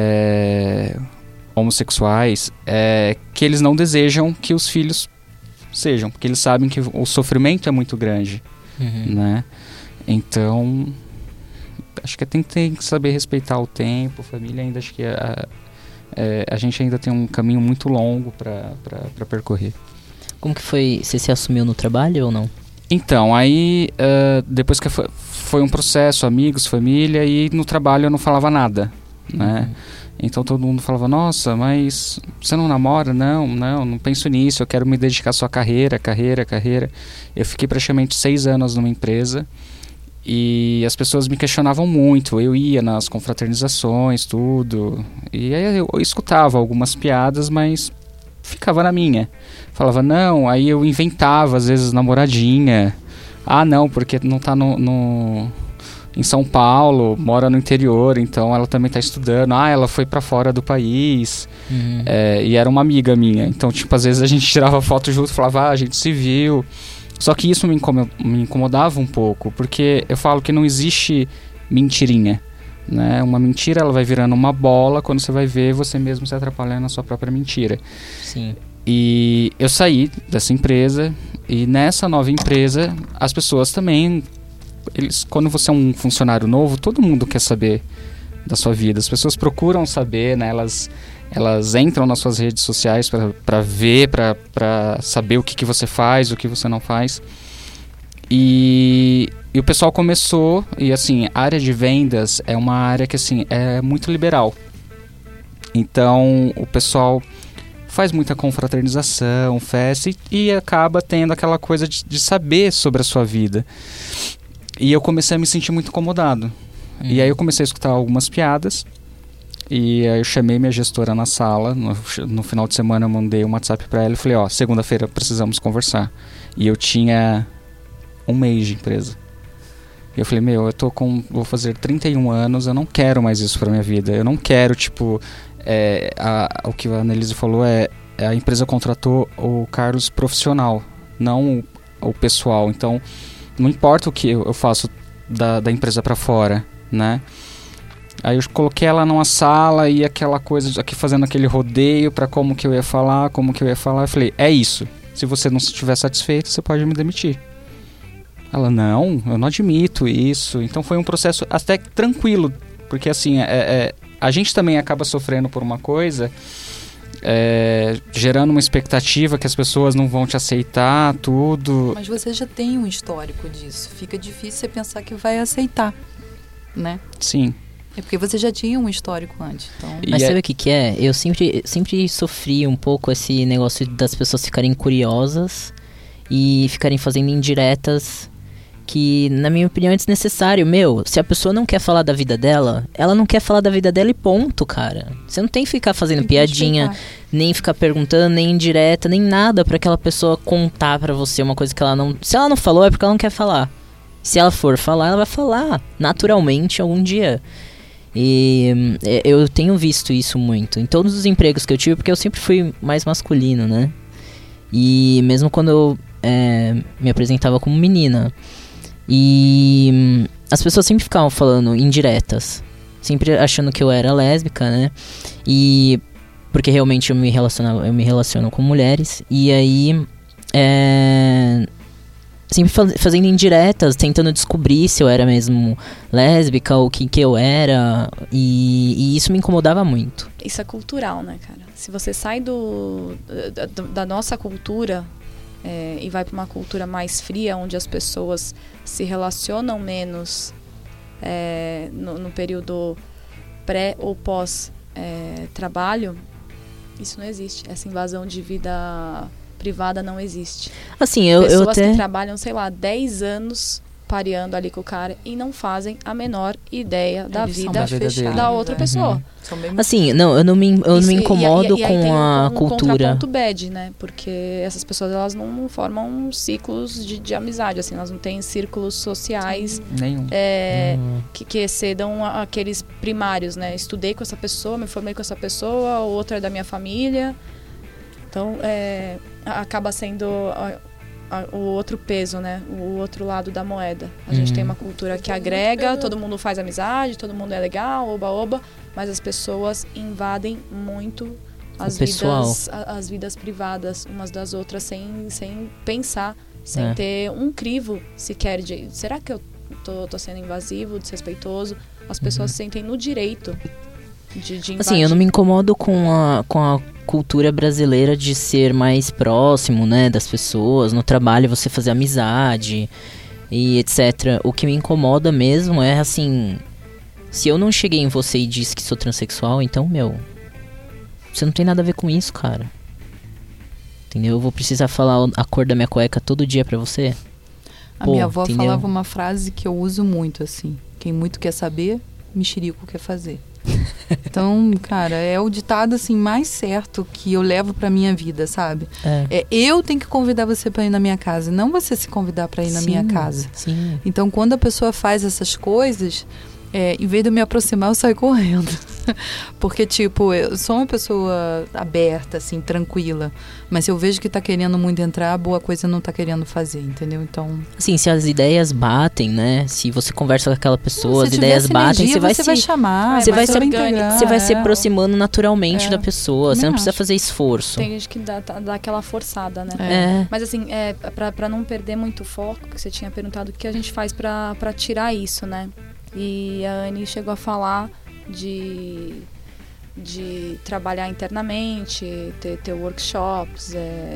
homossexuais, que eles não desejam que os filhos sejam, porque eles sabem que o sofrimento é muito grande, né? Então, acho que tem que saber respeitar o tempo, a família ainda, acho que a gente ainda tem um caminho muito longo para percorrer. Como que foi? Você se assumiu no trabalho ou não? Então, aí depois que foi um processo, amigos, família, e no trabalho eu não falava nada, né? Então todo mundo falava, nossa, mas você não namora? Não penso nisso, eu quero me dedicar só à carreira. Eu fiquei praticamente 6 anos numa empresa e as pessoas me questionavam muito, eu ia nas confraternizações, tudo, e aí eu escutava algumas piadas, mas ficava na minha. Falava, não, aí eu inventava, às vezes, namoradinha. Ah, não, porque não tá em São Paulo, mora no interior, então ela também tá estudando. Ah, ela foi pra fora do país. E era uma amiga minha. Então, tipo, às vezes a gente tirava foto junto e falava, a gente se viu. Só que isso me incomodava um pouco, porque eu falo que não existe mentirinha, né? Uma mentira, ela vai virando uma bola, quando você vai ver, você mesmo se atrapalhando na sua própria mentira. Sim. E eu saí dessa empresa, e nessa nova empresa, as pessoas também, quando você é um funcionário novo, todo mundo quer saber da sua vida. As pessoas procuram saber, né? Elas entram nas suas redes sociais para ver, para saber o que você faz, o que você não faz. E o pessoal começou, e assim, a área de vendas é uma área que assim, é muito liberal. Então o pessoal faz muita confraternização, festa, e acaba tendo aquela coisa de saber sobre a sua vida. E eu comecei a me sentir muito incomodado. E aí eu comecei a escutar algumas piadas, e aí eu chamei minha gestora na sala, no final de semana eu mandei um WhatsApp pra ela e falei, segunda-feira precisamos conversar. E eu tinha 1 mês de empresa. E eu falei, vou fazer 31 anos, eu não quero mais isso pra minha vida. Eu não quero, tipo, o que a Annelise falou a empresa contratou o Carlos profissional, não o pessoal. Então, não importa o que eu faço da empresa pra fora, né? Aí eu coloquei ela numa sala e aquela coisa, aqui fazendo aquele rodeio pra como que eu ia falar. Eu falei, é isso. Se você não estiver satisfeito, você pode me demitir. Ela, não, eu não admito isso. Então foi um processo até tranquilo, porque assim, a gente também acaba sofrendo por uma coisa, gerando uma expectativa que as pessoas não vão te aceitar, tudo. Mas você já tem um histórico disso, fica difícil você pensar que vai aceitar, né? Sim. É porque você já tinha um histórico antes. Então... Mas sabe o que é? Eu sempre sofri um pouco esse negócio das pessoas ficarem curiosas e ficarem fazendo indiretas que, na minha opinião, é desnecessário. Se a pessoa não quer falar da vida dela, ela não quer falar da vida dela e ponto, cara. Você não tem que ficar fazendo piadinha, nem ficar perguntando, nem indireta, nem nada pra aquela pessoa contar pra você uma coisa que ela não... Se ela não falou, é porque ela não quer falar. Se ela for falar, ela vai falar naturalmente algum dia. E eu tenho visto isso muito em todos os empregos que eu tive, porque eu sempre fui mais masculino, né? E mesmo quando eu me apresentava como menina, e as pessoas sempre ficavam falando indiretas, sempre achando que eu era lésbica, né? E porque realmente eu me relaciono com mulheres, e aí sempre fazendo indiretas, tentando descobrir se eu era mesmo lésbica ou o que eu era, e isso me incomodava muito. Isso é cultural, né, cara? Se você sai da nossa cultura e vai para uma cultura mais fria, onde as pessoas se relacionam menos no período pré ou pós trabalho, isso não existe. Essa invasão de vida privada não existe. Assim, pessoas que trabalham, 10 anos pareando ali com o cara e não fazem a menor ideia da vida da outra pessoa. Assim, eu não me incomodo com a cultura. Contraponto bad, né? Porque essas pessoas, elas não formam ciclos de amizade, assim, elas não têm círculos sociais nenhum. Que excedam aqueles primários, né? Estudei com essa pessoa, me formei com essa pessoa, outra é da minha família. Então, acaba sendo o outro peso, né? O outro lado da moeda. A gente tem uma cultura que agrega, todo mundo faz amizade, todo mundo é legal, oba-oba, mas as pessoas invadem muito as vidas privadas umas das outras sem pensar, sem ter um crivo sequer de... Será que eu tô sendo invasivo, desrespeitoso? As pessoas se sentem no direito de invadir. Assim, eu não me incomodo com a cultura brasileira de ser mais próximo, né, das pessoas. No trabalho você fazer amizade e etc. O que me incomoda mesmo é, assim... Se eu não cheguei em você e disse que sou transexual, então, você não tem nada a ver com isso, cara. Entendeu? Eu vou precisar falar a cor da minha cueca todo dia pra você? A minha avó falava uma frase que eu uso muito, assim. Quem muito quer saber, mexerico quer fazer. Então, cara, é o ditado, assim, mais certo que eu levo pra minha vida, sabe? Eu tenho que convidar você pra ir na minha casa, não você se convidar pra ir na minha casa. Sim. Então, quando a pessoa faz essas coisas... em vez de eu me aproximar, eu saio correndo. Porque, tipo, eu sou uma pessoa aberta, assim, tranquila. Mas se eu vejo que tá querendo muito entrar, boa coisa não tá querendo fazer, entendeu? Então... Assim, se as ideias batem, né? Se você conversa com aquela pessoa, as ideias batem, você vai chamar, você vai se aproximando naturalmente da pessoa. Você não precisa fazer esforço. Tem gente que dá aquela forçada, né? Mas, assim, pra não perder muito o foco, que você tinha perguntado, o que a gente faz pra tirar isso, né? E a Anne chegou a falar de trabalhar internamente, ter workshops,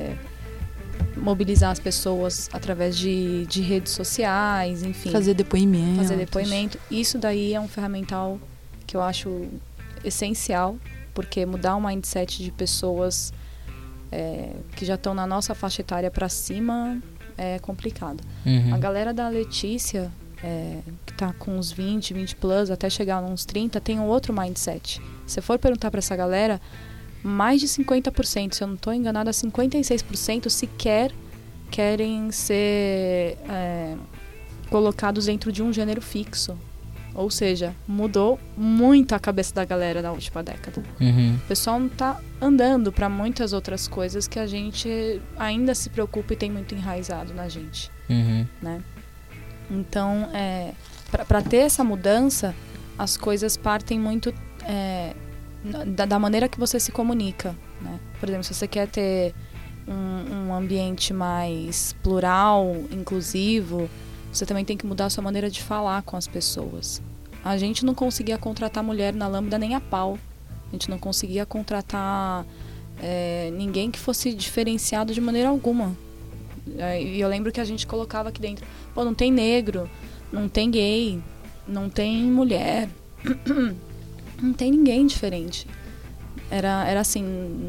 mobilizar as pessoas através de redes sociais, enfim. Fazer depoimento. Isso daí é um ferramental que eu acho essencial, porque mudar o mindset de pessoas que já estão na nossa faixa etária para cima é complicado. A galera da Letícia... que tá com uns 20 plus, até chegar uns 30, tem um outro mindset. Se você for perguntar para essa galera, mais de 50%, se eu não tô enganada, 56% sequer querem ser colocados dentro de um gênero fixo. Ou seja, mudou muito a cabeça da galera na última década. O pessoal não tá andando para muitas outras coisas que a gente ainda se preocupa e tem muito enraizado na gente, né? Então, para ter essa mudança, as coisas partem muito da maneira que você se comunica, né? Por exemplo, se você quer ter um ambiente mais plural, inclusivo, você também tem que mudar a sua maneira de falar com as pessoas. A gente não conseguia contratar mulher na Lambda nem a pau. A gente não conseguia contratar ninguém que fosse diferenciado de maneira alguma. E eu lembro que a gente colocava aqui dentro, não tem negro, não tem gay, não tem mulher, não tem ninguém diferente. Era assim,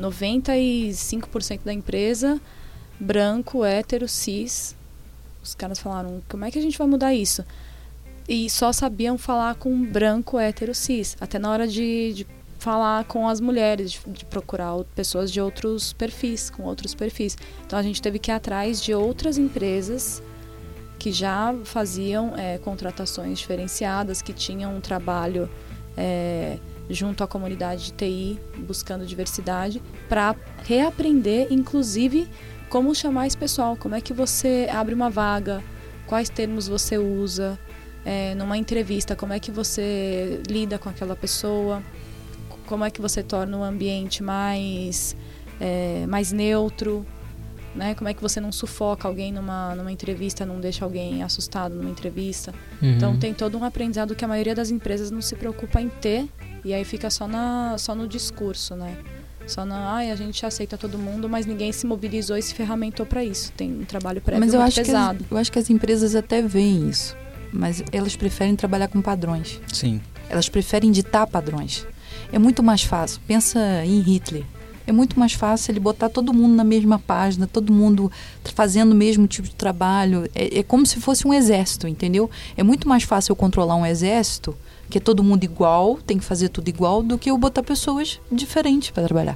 95% da empresa, branco, hétero, cis. Os caras falaram, como é que a gente vai mudar isso? E só sabiam falar com branco, hétero, cis. Até na hora de falar com as mulheres, de procurar pessoas de outros perfis, com outros perfis. Então a gente teve que ir atrás de outras empresas que já faziam contratações diferenciadas, que tinham um trabalho junto à comunidade de TI, buscando diversidade, para reaprender, inclusive, como chamar esse pessoal, como é que você abre uma vaga, quais termos você usa, numa entrevista, como é que você lida com aquela pessoa, como é que você torna o ambiente mais neutro, né? Como é que você não sufoca alguém numa entrevista, não deixa alguém assustado numa entrevista. Então tem todo um aprendizado que a maioria das empresas não se preocupa em ter, e aí fica só no discurso, né? A gente aceita todo mundo, mas ninguém se mobilizou e se ferramentou para isso. Tem um trabalho prévio muito pesado. Eu acho que as empresas até veem isso, mas elas preferem trabalhar com padrões. Sim. Elas preferem ditar padrões. É muito mais fácil. Pensa em Hitler. É muito mais fácil ele botar todo mundo na mesma página, todo mundo fazendo o mesmo tipo de trabalho. É como se fosse um exército, entendeu? É muito mais fácil eu controlar um exército, que é todo mundo igual, tem que fazer tudo igual, do que eu botar pessoas diferentes para trabalhar.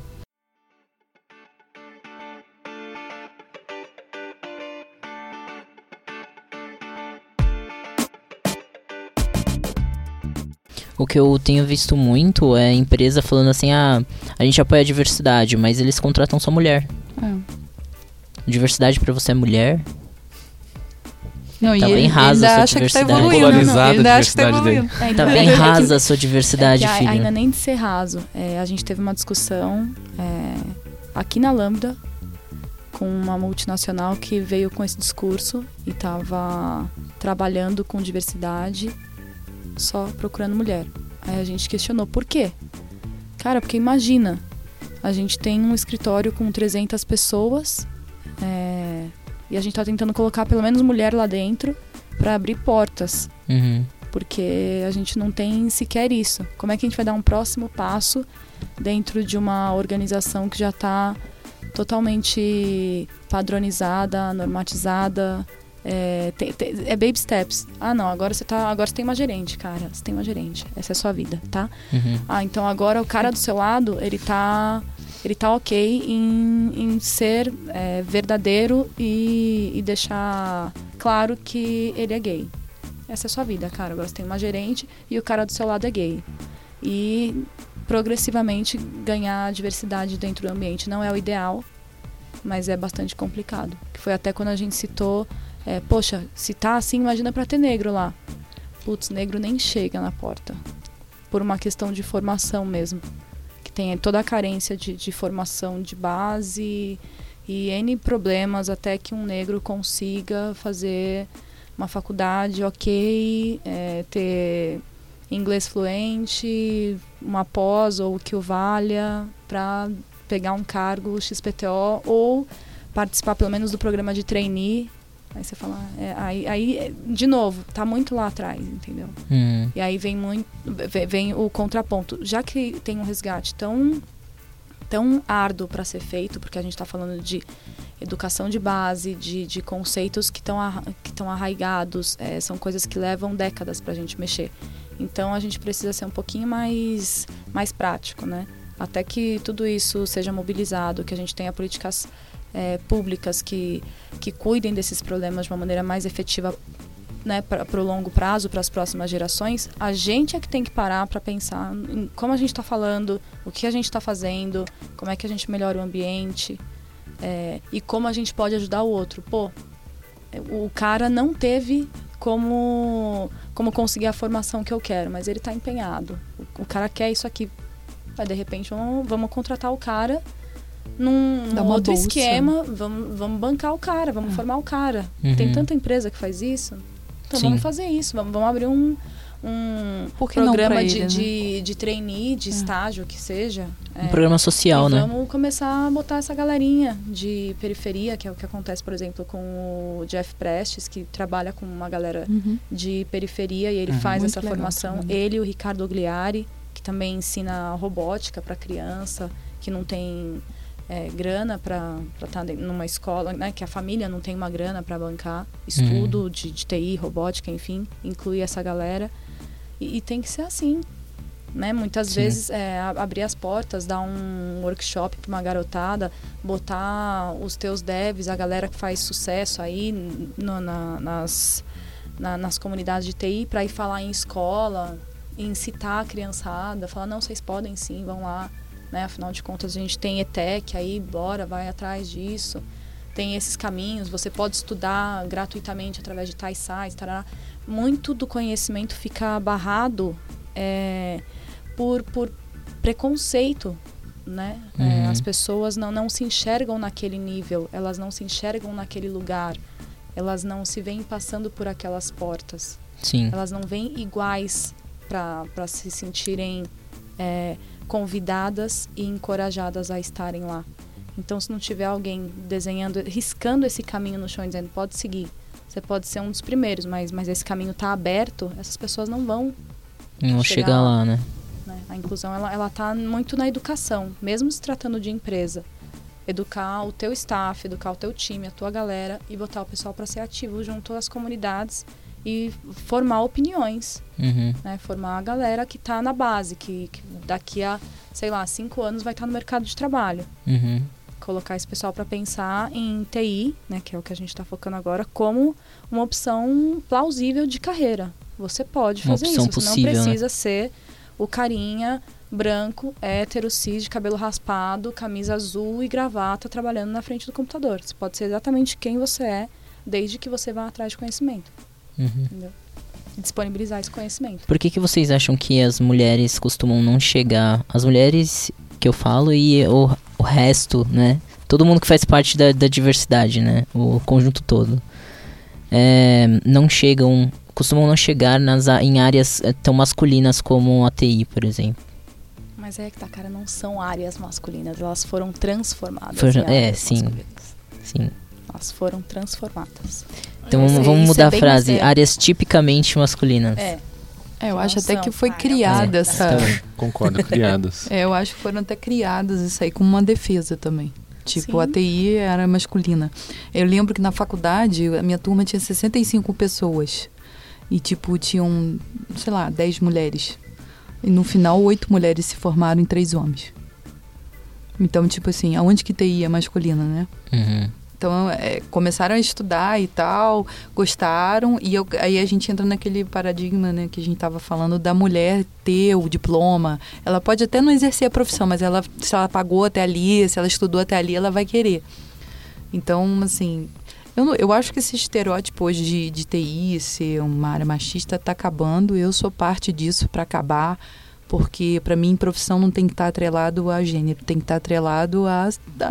O que eu tenho visto muito é empresa falando assim, a gente apoia a diversidade, mas eles contratam só mulher. Diversidade pra você é mulher? Não, Tá e bem ele rasa a ainda sua acha que tá diversidade. evoluindo. Polarizada Ele ainda a acha que tá diversidade dele. evoluindo. Tá bem rasa a sua diversidade, que filho. ainda nem de ser raso. A gente teve uma discussão aqui na Lambda com uma multinacional que veio com esse discurso e estava trabalhando com diversidade só procurando mulher. Aí a gente questionou por quê? Cara, porque imagina, a gente tem um escritório com 300 pessoas e a gente tá tentando colocar pelo menos mulher lá dentro para abrir portas. Uhum. Porque a gente não tem sequer isso. Como é que a gente vai dar um próximo passo dentro de uma organização que já está totalmente padronizada, normatizada? É baby steps. Ah, não, agora você tem uma gerente, cara. Você tem uma gerente. Essa é a sua vida, tá? Uhum. Ah, então agora o cara do seu lado, ele tá ok em ser verdadeiro e deixar claro que ele é gay. Essa é a sua vida, cara. Agora você tem uma gerente e o cara do seu lado é gay. E progressivamente ganhar diversidade dentro do ambiente não é o ideal, mas é bastante complicado. Que foi até quando a gente citou, poxa, se tá assim, imagina pra ter negro lá. Putz, negro nem chega na porta. Por uma questão de formação mesmo. Que tem toda a carência de formação de base e N problemas até que um negro consiga fazer uma faculdade ok, ter inglês fluente, uma pós ou que o valha para pegar um cargo XPTO ou participar pelo menos do programa de trainee. Aí você fala, aí de novo, tá muito lá atrás, entendeu? E aí vem o contraponto. Já que tem um resgate tão árduo para ser feito, porque a gente está falando de educação de base, de conceitos que estão arraigados, são coisas que levam décadas para a gente mexer. Então a gente precisa ser um pouquinho mais prático, né? Até que tudo isso seja mobilizado, que a gente tenha políticas públicas que cuidem desses problemas de uma maneira mais efetiva, né, para o longo prazo, para as próximas gerações. A gente é que tem que parar para pensar em como a gente está falando, o que a gente está fazendo, como é que a gente melhora o ambiente e como a gente pode ajudar o outro. Pô, o cara não teve como conseguir a formação que eu quero, mas ele está empenhado. O cara quer isso aqui. Aí, de repente, vamos contratar o cara num outro bolsa. Esquema, vamos bancar o cara, vamos formar o cara. Uhum. Tem tanta empresa que faz isso. Então vamos fazer isso, vamos abrir um programa de trainee, de estágio, que seja. Um programa social, né? Vamos começar a botar essa galerinha de periferia, que é o que acontece, por exemplo, com o Jeff Prestes, que trabalha com uma galera de periferia e ele faz essa formação. Também. Ele e o Ricardo Ogliari, que também ensina robótica para criança, que não tem grana para estar numa escola, né, que a família não tem uma grana para bancar estudo de TI, robótica, enfim, inclui essa galera e tem que ser assim, né? Muitas vezes abrir as portas, dar um workshop para uma garotada, botar os teus devs, a galera que faz sucesso aí nas comunidades de TI para ir falar em escola, incitar a criançada, falar, não, vocês podem sim, vão lá. Né? Afinal de contas, a gente tem ETEC aí, bora, vai atrás disso. Tem esses caminhos, você pode estudar gratuitamente através de tais sites. Tarará. Muito do conhecimento fica barrado por preconceito. Né? As pessoas não se enxergam naquele nível, elas não se enxergam naquele lugar, elas não se veem passando por aquelas portas. Sim. Elas não veem iguais para se sentirem convidadas e encorajadas a estarem lá. Então, se não tiver alguém desenhando, riscando esse caminho no chão e dizendo, pode seguir, você pode ser um dos primeiros, mas esse caminho está aberto, essas pessoas não vão chegar lá, né? A inclusão, ela está muito na educação, mesmo se tratando de empresa. Educar o teu staff, educar o teu time, a tua galera e botar o pessoal para ser ativo junto às comunidades e formar opiniões, né? Formar a galera que está na base, que daqui a, 5 anos vai estar no mercado de trabalho. Colocar esse pessoal para pensar em TI, né, que é o que a gente está focando agora, como uma opção plausível de carreira. Você pode fazer isso, você não precisa ser o carinha branco, hétero, cis, de cabelo raspado, camisa azul e gravata trabalhando na frente do computador. Você pode ser exatamente quem você é, desde que você vá atrás de conhecimento. Entendeu? Disponibilizar esse conhecimento. Por que vocês acham que as mulheres costumam não chegar? As mulheres que eu falo e o resto, né? Todo mundo que faz parte da diversidade, né? O conjunto todo. Costumam não chegar em áreas tão masculinas como a TI, por exemplo. Mas é que tá, cara, não são áreas masculinas, elas foram transformadas. Sim. Elas foram transformadas. Então vamos mudar a frase. Áreas tipicamente masculinas. Eu acho até que foi criada essa... Concordo, criadas. Eu acho que foram até criadas isso aí como uma defesa também. Tipo, Sim. a TI era masculina. Eu lembro que na faculdade, a minha turma tinha 65 pessoas. E, tipo, tinham, 10 mulheres. E no final, 8 mulheres se formaram em 3 homens. Então, tipo assim, aonde que TI é masculina, né? Uhum. Então, começaram a estudar e tal, gostaram, e aí a gente entra naquele paradigma, né, que a gente estava falando da mulher ter o diploma. Ela pode até não exercer a profissão, mas se ela pagou até ali, se ela estudou até ali, ela vai querer. Então, assim, eu acho que esse estereótipo hoje de TI ser uma área machista está acabando. Eu sou parte disso para acabar. Porque, para mim, profissão não tem que estar atrelado a gênero, tem que estar atrelado a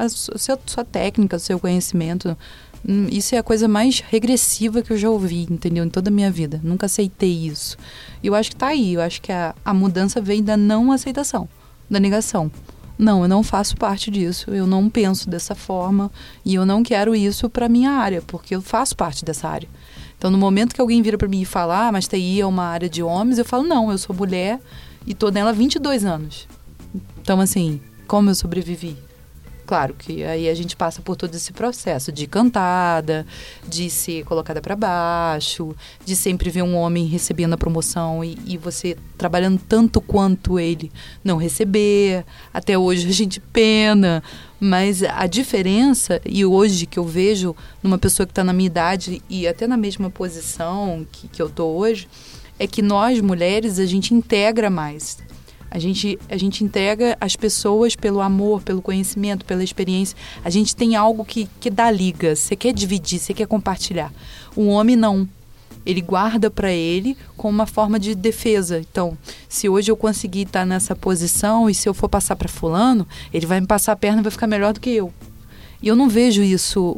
sua técnica, ao seu conhecimento. Isso é a coisa mais regressiva que eu já ouvi, entendeu? Em toda a minha vida. Nunca aceitei isso. E eu acho que está aí. Eu acho que a mudança vem da não aceitação, da negação. Não, eu não faço parte disso, eu não penso dessa forma e eu não quero isso para minha área, porque eu faço parte dessa área. Então, no momento que alguém vira para mim e fala, mas TI é uma área de homens, eu falo, não, eu sou mulher e tô nela há 22 anos. Então, assim, como eu sobrevivi? Claro que aí a gente passa por todo esse processo de cantada, de ser colocada para baixo, de sempre ver um homem recebendo a promoção e você trabalhando tanto quanto ele não receber. Até hoje a gente pena, mas a diferença, e hoje que eu vejo numa pessoa que está na minha idade e até na mesma posição que eu tô hoje, é que nós, mulheres, a gente integra mais. A gente entrega as pessoas pelo amor, pelo conhecimento, pela experiência. A gente tem algo que dá liga. Você quer dividir, você quer compartilhar. O homem não. Ele guarda para ele como uma forma de defesa. Então, se hoje eu conseguir estar nessa posição e se eu for passar para fulano, ele vai me passar a perna e vai ficar melhor do que eu. E eu não vejo isso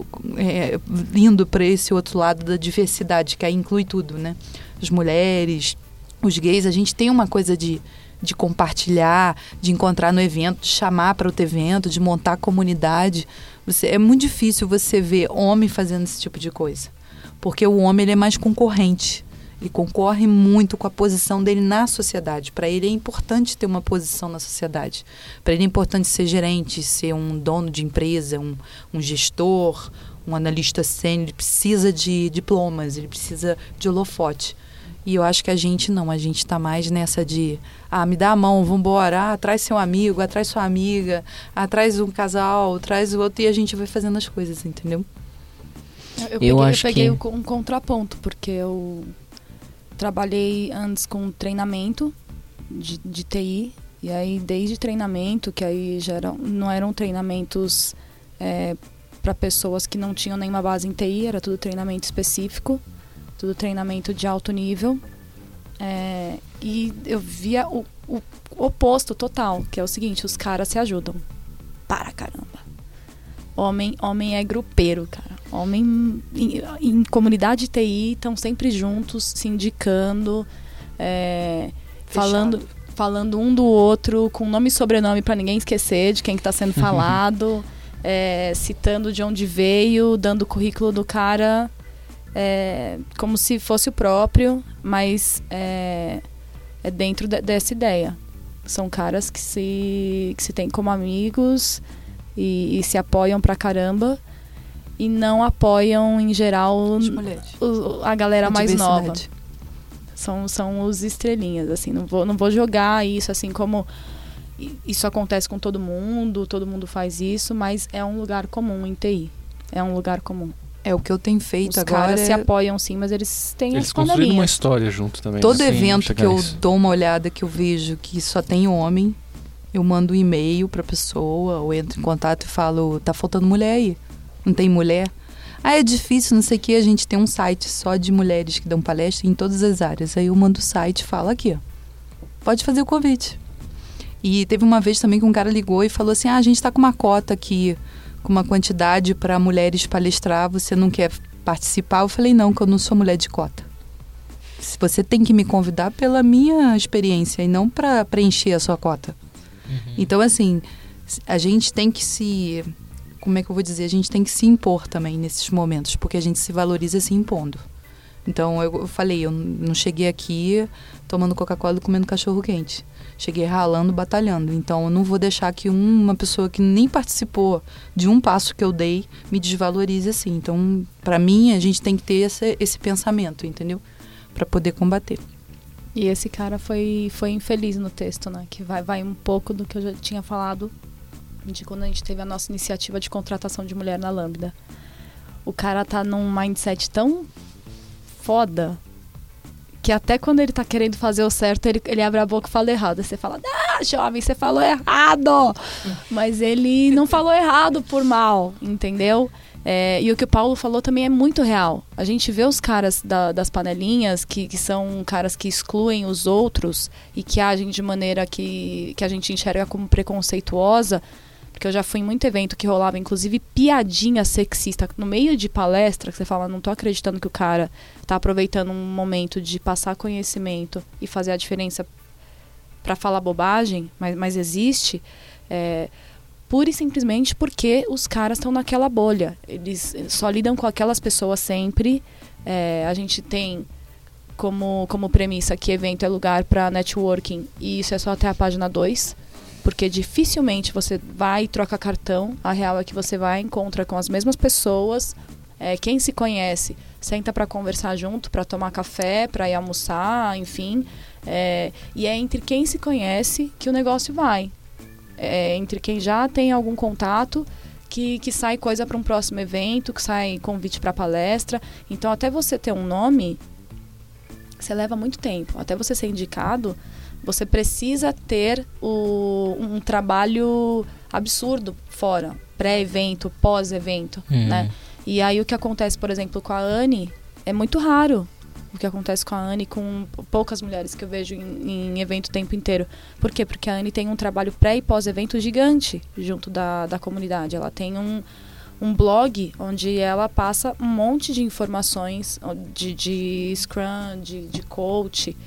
indo para esse outro lado da diversidade, que aí inclui tudo, né? As mulheres, os gays, a gente tem uma coisa de compartilhar, de encontrar no evento, de chamar para outro evento, de montar a comunidade. É muito difícil você ver homem fazendo esse tipo de coisa. Porque o homem ele é mais concorrente. Ele concorre muito com a posição dele na sociedade. Para ele é importante ter uma posição na sociedade. Para ele é importante ser gerente, ser um dono de empresa, um gestor, um analista sênior. Ele precisa de diplomas, ele precisa de holofote. E eu acho que a gente não, a gente está mais nessa de, me dá a mão, vambora, traz seu amigo, traz sua amiga, traz um casal, traz o outro, e a gente vai fazendo as coisas, entendeu? Eu peguei um contraponto, porque eu trabalhei antes com treinamento de TI, e aí desde treinamento, que aí não eram treinamentos para pessoas que não tinham nenhuma base em TI, era tudo treinamento específico, tudo treinamento de alto nível, e eu via o oposto total, que é o seguinte, os caras se ajudam para caramba. Homem é grupeiro, cara. Homem em comunidade de TI estão sempre juntos, se indicando, falando um do outro, com nome e sobrenome para ninguém esquecer de quem que está sendo falado, citando de onde veio, dando o currículo do cara como se fosse o próprio, mas é dentro dessa ideia. São caras que se têm como amigos e se apoiam pra caramba e não apoiam, em geral, a galera mais nova. São os estrelinhas, assim. Não vou jogar isso assim como isso acontece com todo mundo faz isso, mas é um lugar comum em TI. É um lugar comum. O que eu tenho feito Os agora. Os caras se apoiam sim, mas eles têm eles as construíram panelinhas. uma história junto também. Todo assim, evento que eu dou uma olhada, que eu vejo que só tem homem, eu mando um e-mail pra pessoa, ou entro em contato e falo, tá faltando mulher aí? Não tem mulher? é difícil, não sei o que, a gente tem um site só de mulheres que dão palestra em todas as áreas. Aí eu mando o site e falo aqui, pode fazer o convite. E teve uma vez também que um cara ligou e falou assim, a gente está com uma cota aqui, com uma quantidade para mulheres palestrar, você não quer participar? Eu falei, não, que eu não sou mulher de cota. Você tem que me convidar pela minha experiência e não para preencher a sua cota. Então, assim, a gente tem que se... Como é que eu vou dizer? A gente tem que se impor também nesses momentos, porque a gente se valoriza se impondo. Então, eu falei, eu não cheguei aqui tomando Coca-Cola e comendo cachorro-quente. Cheguei ralando, batalhando. Então, eu não vou deixar que uma pessoa que nem participou de um passo que eu dei me desvalorize assim. Então, para mim, a gente tem que ter esse pensamento, entendeu? Para poder combater. E esse cara foi infeliz no texto, né? Que vai um pouco do que eu já tinha falado de quando a gente teve a nossa iniciativa de contratação de mulher na Lambda. O cara tá num mindset tão foda que até quando ele tá querendo fazer o certo, ele abre a boca e fala errado. Aí você fala, jovem, você falou errado! Mas ele não falou errado por mal, entendeu? E o que o Paulo falou também é muito real. A gente vê os caras das panelinhas, que são caras que excluem os outros e que agem de maneira que a gente enxerga como preconceituosa. Porque eu já fui em muito evento que rolava, inclusive, piadinha sexista no meio de palestra, que você fala, não tô acreditando que o cara tá aproveitando um momento de passar conhecimento e fazer a diferença para falar bobagem, mas existe, pura e simplesmente porque os caras estão naquela bolha. Eles só lidam com aquelas pessoas sempre. A gente tem como premissa que evento é lugar para networking, e isso é só até a página 2. Porque dificilmente você vai e troca cartão. A real é que você vai e encontra com as mesmas pessoas. Quem se conhece, senta para conversar junto, para tomar café, para ir almoçar, enfim. E é entre quem se conhece que o negócio vai. Entre quem já tem algum contato que sai coisa para um próximo evento, que sai convite para palestra. Então, até você ter um nome, você leva muito tempo. Até você ser indicado, você precisa ter um trabalho absurdo fora, pré-evento, pós-evento, né? E aí o que acontece, por exemplo, com a Anne, é muito raro. O que acontece com a Anne, com poucas mulheres que eu vejo em evento o tempo inteiro. Por quê? Porque a Anne tem um trabalho pré- e pós-evento gigante junto da comunidade. Ela tem um blog onde ela passa um monte de informações de Scrum, de coach.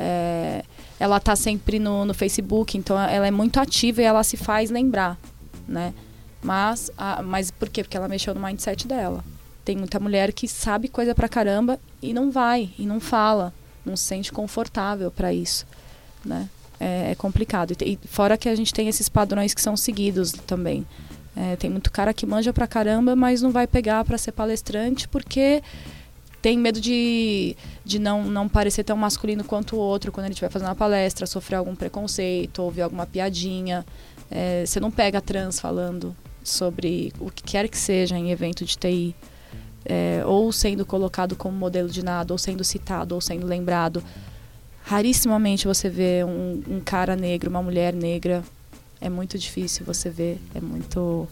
Ela tá sempre no Facebook, então ela é muito ativa e ela se faz lembrar, né? Mas por quê? Porque ela mexeu no mindset dela. Tem muita mulher que sabe coisa pra caramba e não vai, e não fala, não se sente confortável pra isso, né? É complicado. E fora que a gente tem esses padrões que são seguidos também. Tem muito cara que manja pra caramba, mas não vai pegar pra ser palestrante porque tem medo de não parecer tão masculino quanto o outro quando ele estiver fazendo uma palestra, sofrer algum preconceito, ouvir alguma piadinha. Você não pega trans falando sobre o que quer que seja em evento de TI, ou sendo colocado como modelo de nada, ou sendo citado, ou sendo lembrado. Rarissimamente você vê um cara negro, uma mulher negra. É muito difícil você ver, é muito...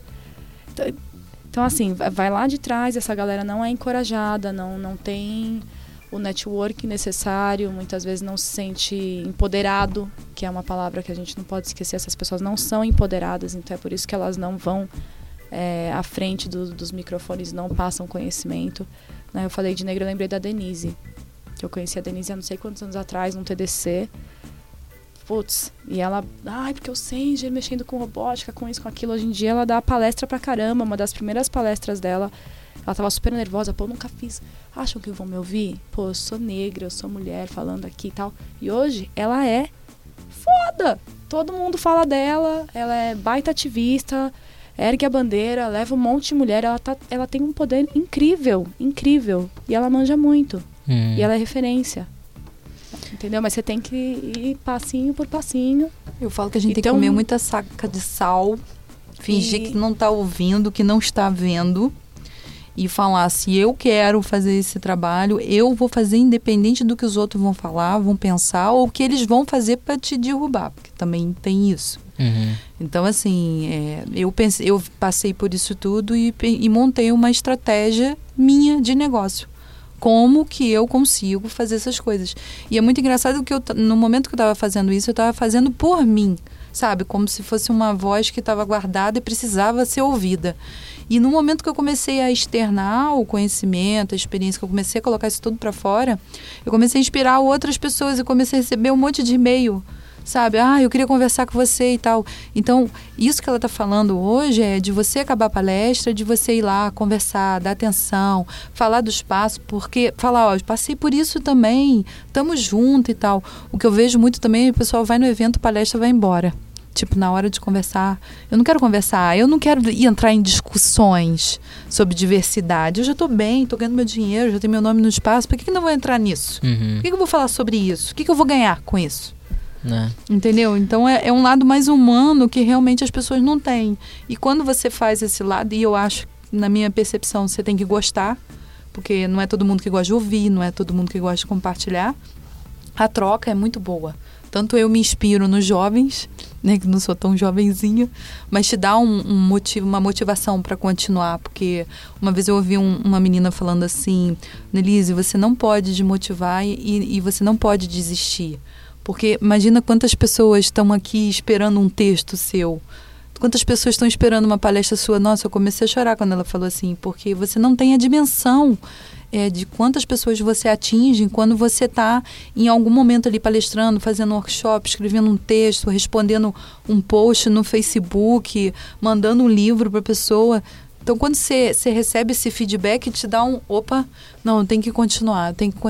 Então, assim, vai lá de trás, essa galera não é encorajada, não tem o network necessário, muitas vezes não se sente empoderado, que é uma palavra que a gente não pode esquecer, essas pessoas não são empoderadas, então é por isso que elas não vão à frente dos microfones, não passam conhecimento. Eu falei de negra, eu lembrei da Denise, que eu conheci a Denise há não sei quantos anos atrás, num TDC. Putz, e ela, porque eu sei, já mexendo com robótica, com isso, com aquilo. Hoje em dia ela dá palestra pra caramba. Uma das primeiras palestras dela, ela tava super nervosa. Pô, nunca fiz. Acham que vão me ouvir? Pô, eu sou negra, eu sou mulher falando aqui e tal. E hoje ela é foda. Todo mundo fala dela, ela é baita ativista, ergue a bandeira, leva um monte de mulher. Ela tem um poder incrível, incrível. E ela manja muito. E ela é referência. Entendeu? Mas você tem que ir passinho por passinho. Eu falo que a gente tem que comer muita saca de sal, fingir que não está ouvindo, que não está vendo, e falar, se eu quero fazer esse trabalho, eu vou fazer independente do que os outros vão falar, vão pensar, ou o que eles vão fazer para te derrubar, porque também tem isso. Então, assim, eu passei por isso tudo e montei uma estratégia minha de negócio. Como que eu consigo fazer essas coisas? E é muito engraçado que no momento que eu estava fazendo isso, eu estava fazendo por mim, sabe? Como se fosse uma voz que estava guardada e precisava ser ouvida. E no momento que eu comecei a externar o conhecimento, a experiência, que eu comecei a colocar isso tudo para fora, eu comecei a inspirar outras pessoas e comecei a receber um monte de e-mail, sabe? Eu queria conversar com você e tal. Então, isso que ela está falando hoje é de você acabar a palestra, de você ir lá conversar, dar atenção, falar do espaço, porque falar, passei por isso também, estamos juntos e tal. O que eu vejo muito também é que o pessoal vai no evento, palestra, vai embora. Tipo, na hora de conversar, eu não quero conversar, eu não quero entrar em discussões sobre diversidade. Eu já estou bem, estou ganhando meu dinheiro, já tenho meu nome no espaço, por que não vou entrar nisso? Por que eu vou falar sobre isso? O que eu vou ganhar com isso? Entendeu? Então é um lado mais humano que realmente as pessoas não têm. E quando você faz esse lado, e eu acho, na minha percepção, você tem que gostar, porque não é todo mundo que gosta de ouvir, não é todo mundo que gosta de compartilhar, a troca é muito boa. Tanto eu me inspiro nos jovens, né, que não sou tão jovenzinha, mas te dá uma motivação para continuar, porque uma vez eu ouvi uma menina falando assim, Nelise, você não pode desmotivar e você não pode desistir, porque imagina quantas pessoas estão aqui esperando um texto seu, quantas pessoas estão esperando uma palestra sua. Nossa, eu comecei a chorar quando ela falou assim, porque você não tem a dimensão de quantas pessoas você atinge quando você está em algum momento ali palestrando, fazendo um workshop, escrevendo um texto, respondendo um post no Facebook, mandando um livro para a pessoa. Então, quando você recebe esse feedback, te dá tem que continuar.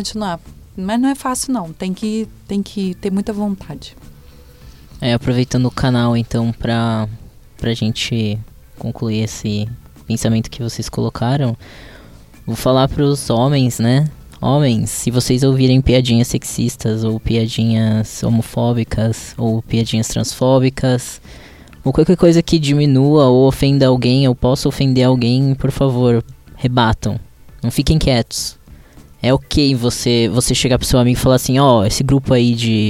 Mas não é fácil, não. Tem que ter muita vontade. Aproveitando o canal, então, pra gente concluir esse pensamento que vocês colocaram, vou falar pros homens, né? Homens, se vocês ouvirem piadinhas sexistas, ou piadinhas homofóbicas, ou piadinhas transfóbicas, ou qualquer coisa que diminua ou ofenda alguém, ou possa ofender alguém, por favor, rebatam. Não fiquem quietos. É ok você chegar pro seu amigo e falar assim, esse grupo aí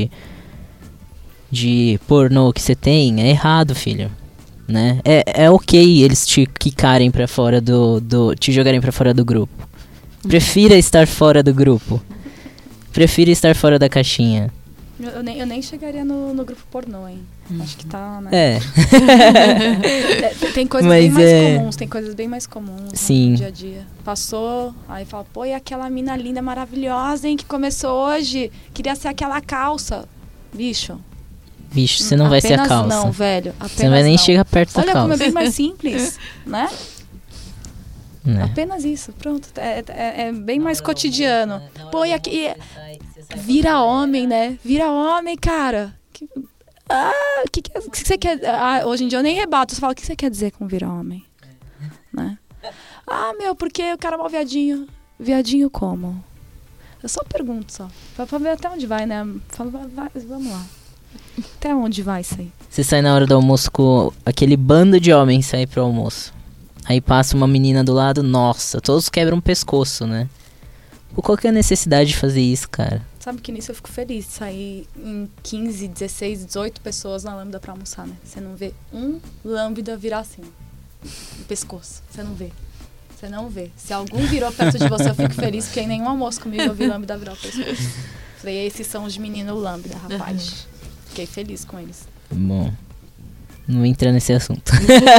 de pornô que você tem é errado, filho. Né? É ok eles te quicarem pra fora te jogarem pra fora do grupo. Prefira estar fora do grupo. Prefira estar fora da caixinha. Eu nem chegaria no grupo pornô, hein? Acho que tá, né? Tem coisas bem mais comuns, tem coisas bem mais comuns. Sim. No dia a dia. Passou, aí fala, pô, e aquela mina linda, maravilhosa, hein, que começou hoje? Queria ser aquela calça. Bicho, você não vai ser a calça. Não, velho. Você não vai nem chegar perto da calça. Olha como é bem mais simples, né? Apenas isso, pronto. É bem mais cotidiano. Pô, e aqui... Vira homem, né? Vira homem, cara. O que você quer... hoje em dia eu nem rebato. Você fala, o que você quer dizer com vira homem? Né? Porque o cara é mal viadinho. Viadinho como? Eu só pergunto, só. Pra ver até onde vai, né? Fala, vamos lá. Até onde vai isso aí? Você sai na hora do almoço com aquele bando de homens sair pro almoço. Aí passa uma menina do lado, nossa, todos quebram o pescoço, né? Qual que é a necessidade de fazer isso, cara? Sabe que nisso eu fico feliz de sair em 15, 16, 18 pessoas na Lambda pra almoçar, né? Você não vê um Lambda virar assim, o pescoço. Você não vê. Se algum virou perto de você, eu fico feliz, porque em nenhum almoço comigo eu vi Lambda virar o pescoço. Falei, esses são os meninos Lambda, rapaz. Fiquei feliz com eles. Bom, não entra nesse assunto.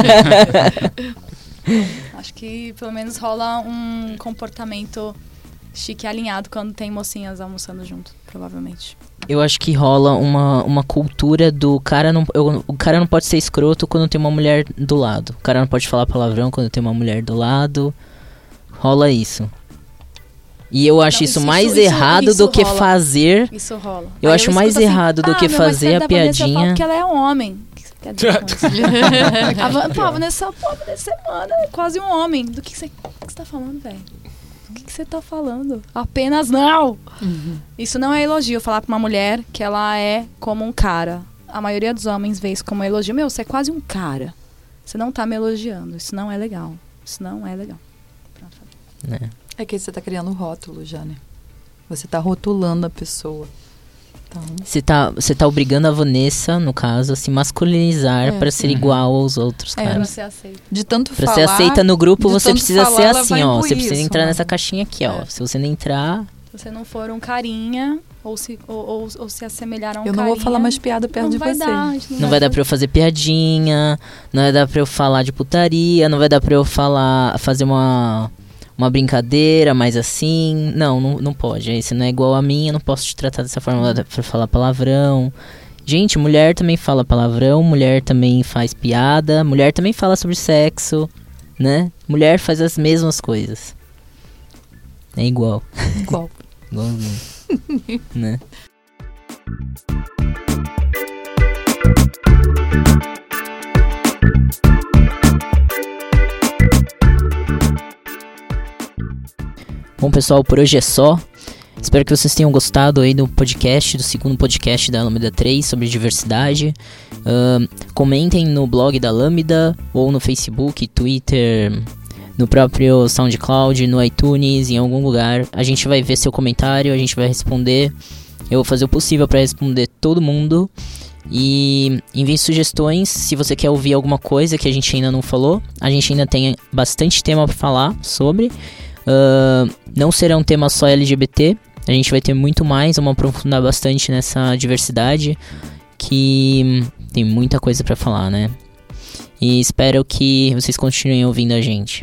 Acho que pelo menos rola um comportamento chique e alinhado quando tem mocinhas almoçando junto, provavelmente. Eu acho que rola uma cultura do cara o cara não pode ser escroto quando tem uma mulher do lado. O cara não pode falar palavrão quando tem uma mulher do lado. Rola isso. E eu acho isso mais errado do que fazer... Isso rola. Eu acho mais errado do que fazer a piadinha... Porque ela é um homem. O que você quer dizer com isso? A Vanessa, mano, é quase um homem. Do que você tá falando, velho? O que você tá falando? Apenas não! Isso não é elogio. Falar pra uma mulher que ela é como um cara. A maioria dos homens vê isso como elogio. Meu, você é quase um cara. Você não tá me elogiando. Isso não é legal. É que você tá criando rótulo já, né? Você tá rotulando a pessoa. Então, Você tá obrigando a Vanessa, no caso, a se masculinizar pra ser igual aos outros Pra caras. ser aceito. de tanto Pra falar... ser aceita no grupo, de você tanto precisa falar, ser ela assim, vai ó. Você imbuir precisa isso, entrar né? nessa caixinha aqui, ó. Se você não entrar... Se você não for um carinha, ou se assemelhar a um Eu carinha... não vou falar mais piada perto de você. Não vai dar pra eu fazer piadinha, não vai dar pra eu falar de putaria, não vai dar pra eu fazer uma brincadeira, mas assim... Não pode. Aí você não é igual a mim, eu não posso te tratar dessa forma, não dá pra falar palavrão. Gente, mulher também fala palavrão, mulher também faz piada, mulher também fala sobre sexo, né? Mulher faz as mesmas coisas. É igual. Igual. Igualzinho. Né? Bom, pessoal, por hoje é só. Espero que vocês tenham gostado aí do segundo podcast da Lambda 3 sobre diversidade. Comentem no blog da Lambda ou no Facebook, Twitter, no próprio SoundCloud, no iTunes, em algum lugar. A gente vai ver seu comentário, a gente vai responder. Eu vou fazer o possível para responder todo mundo. E envie sugestões se você quer ouvir alguma coisa que a gente ainda não falou. A gente ainda tem bastante tema para falar sobre. Não será um tema só LGBT. A gente vai ter muito mais, vamos aprofundar bastante nessa diversidade, que tem muita coisa para falar, né? E espero que vocês continuem ouvindo a gente.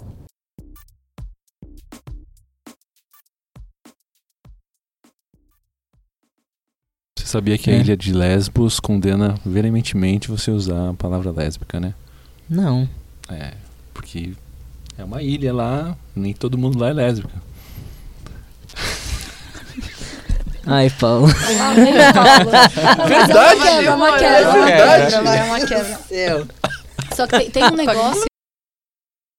Você sabia que a ilha de Lesbos condena veementemente você usar a palavra lésbica, né? Não. É, porque é uma ilha lá, nem todo mundo lá é lésbica. Ai, Paulo. Verdade! É uma quebra. Só que tem um negócio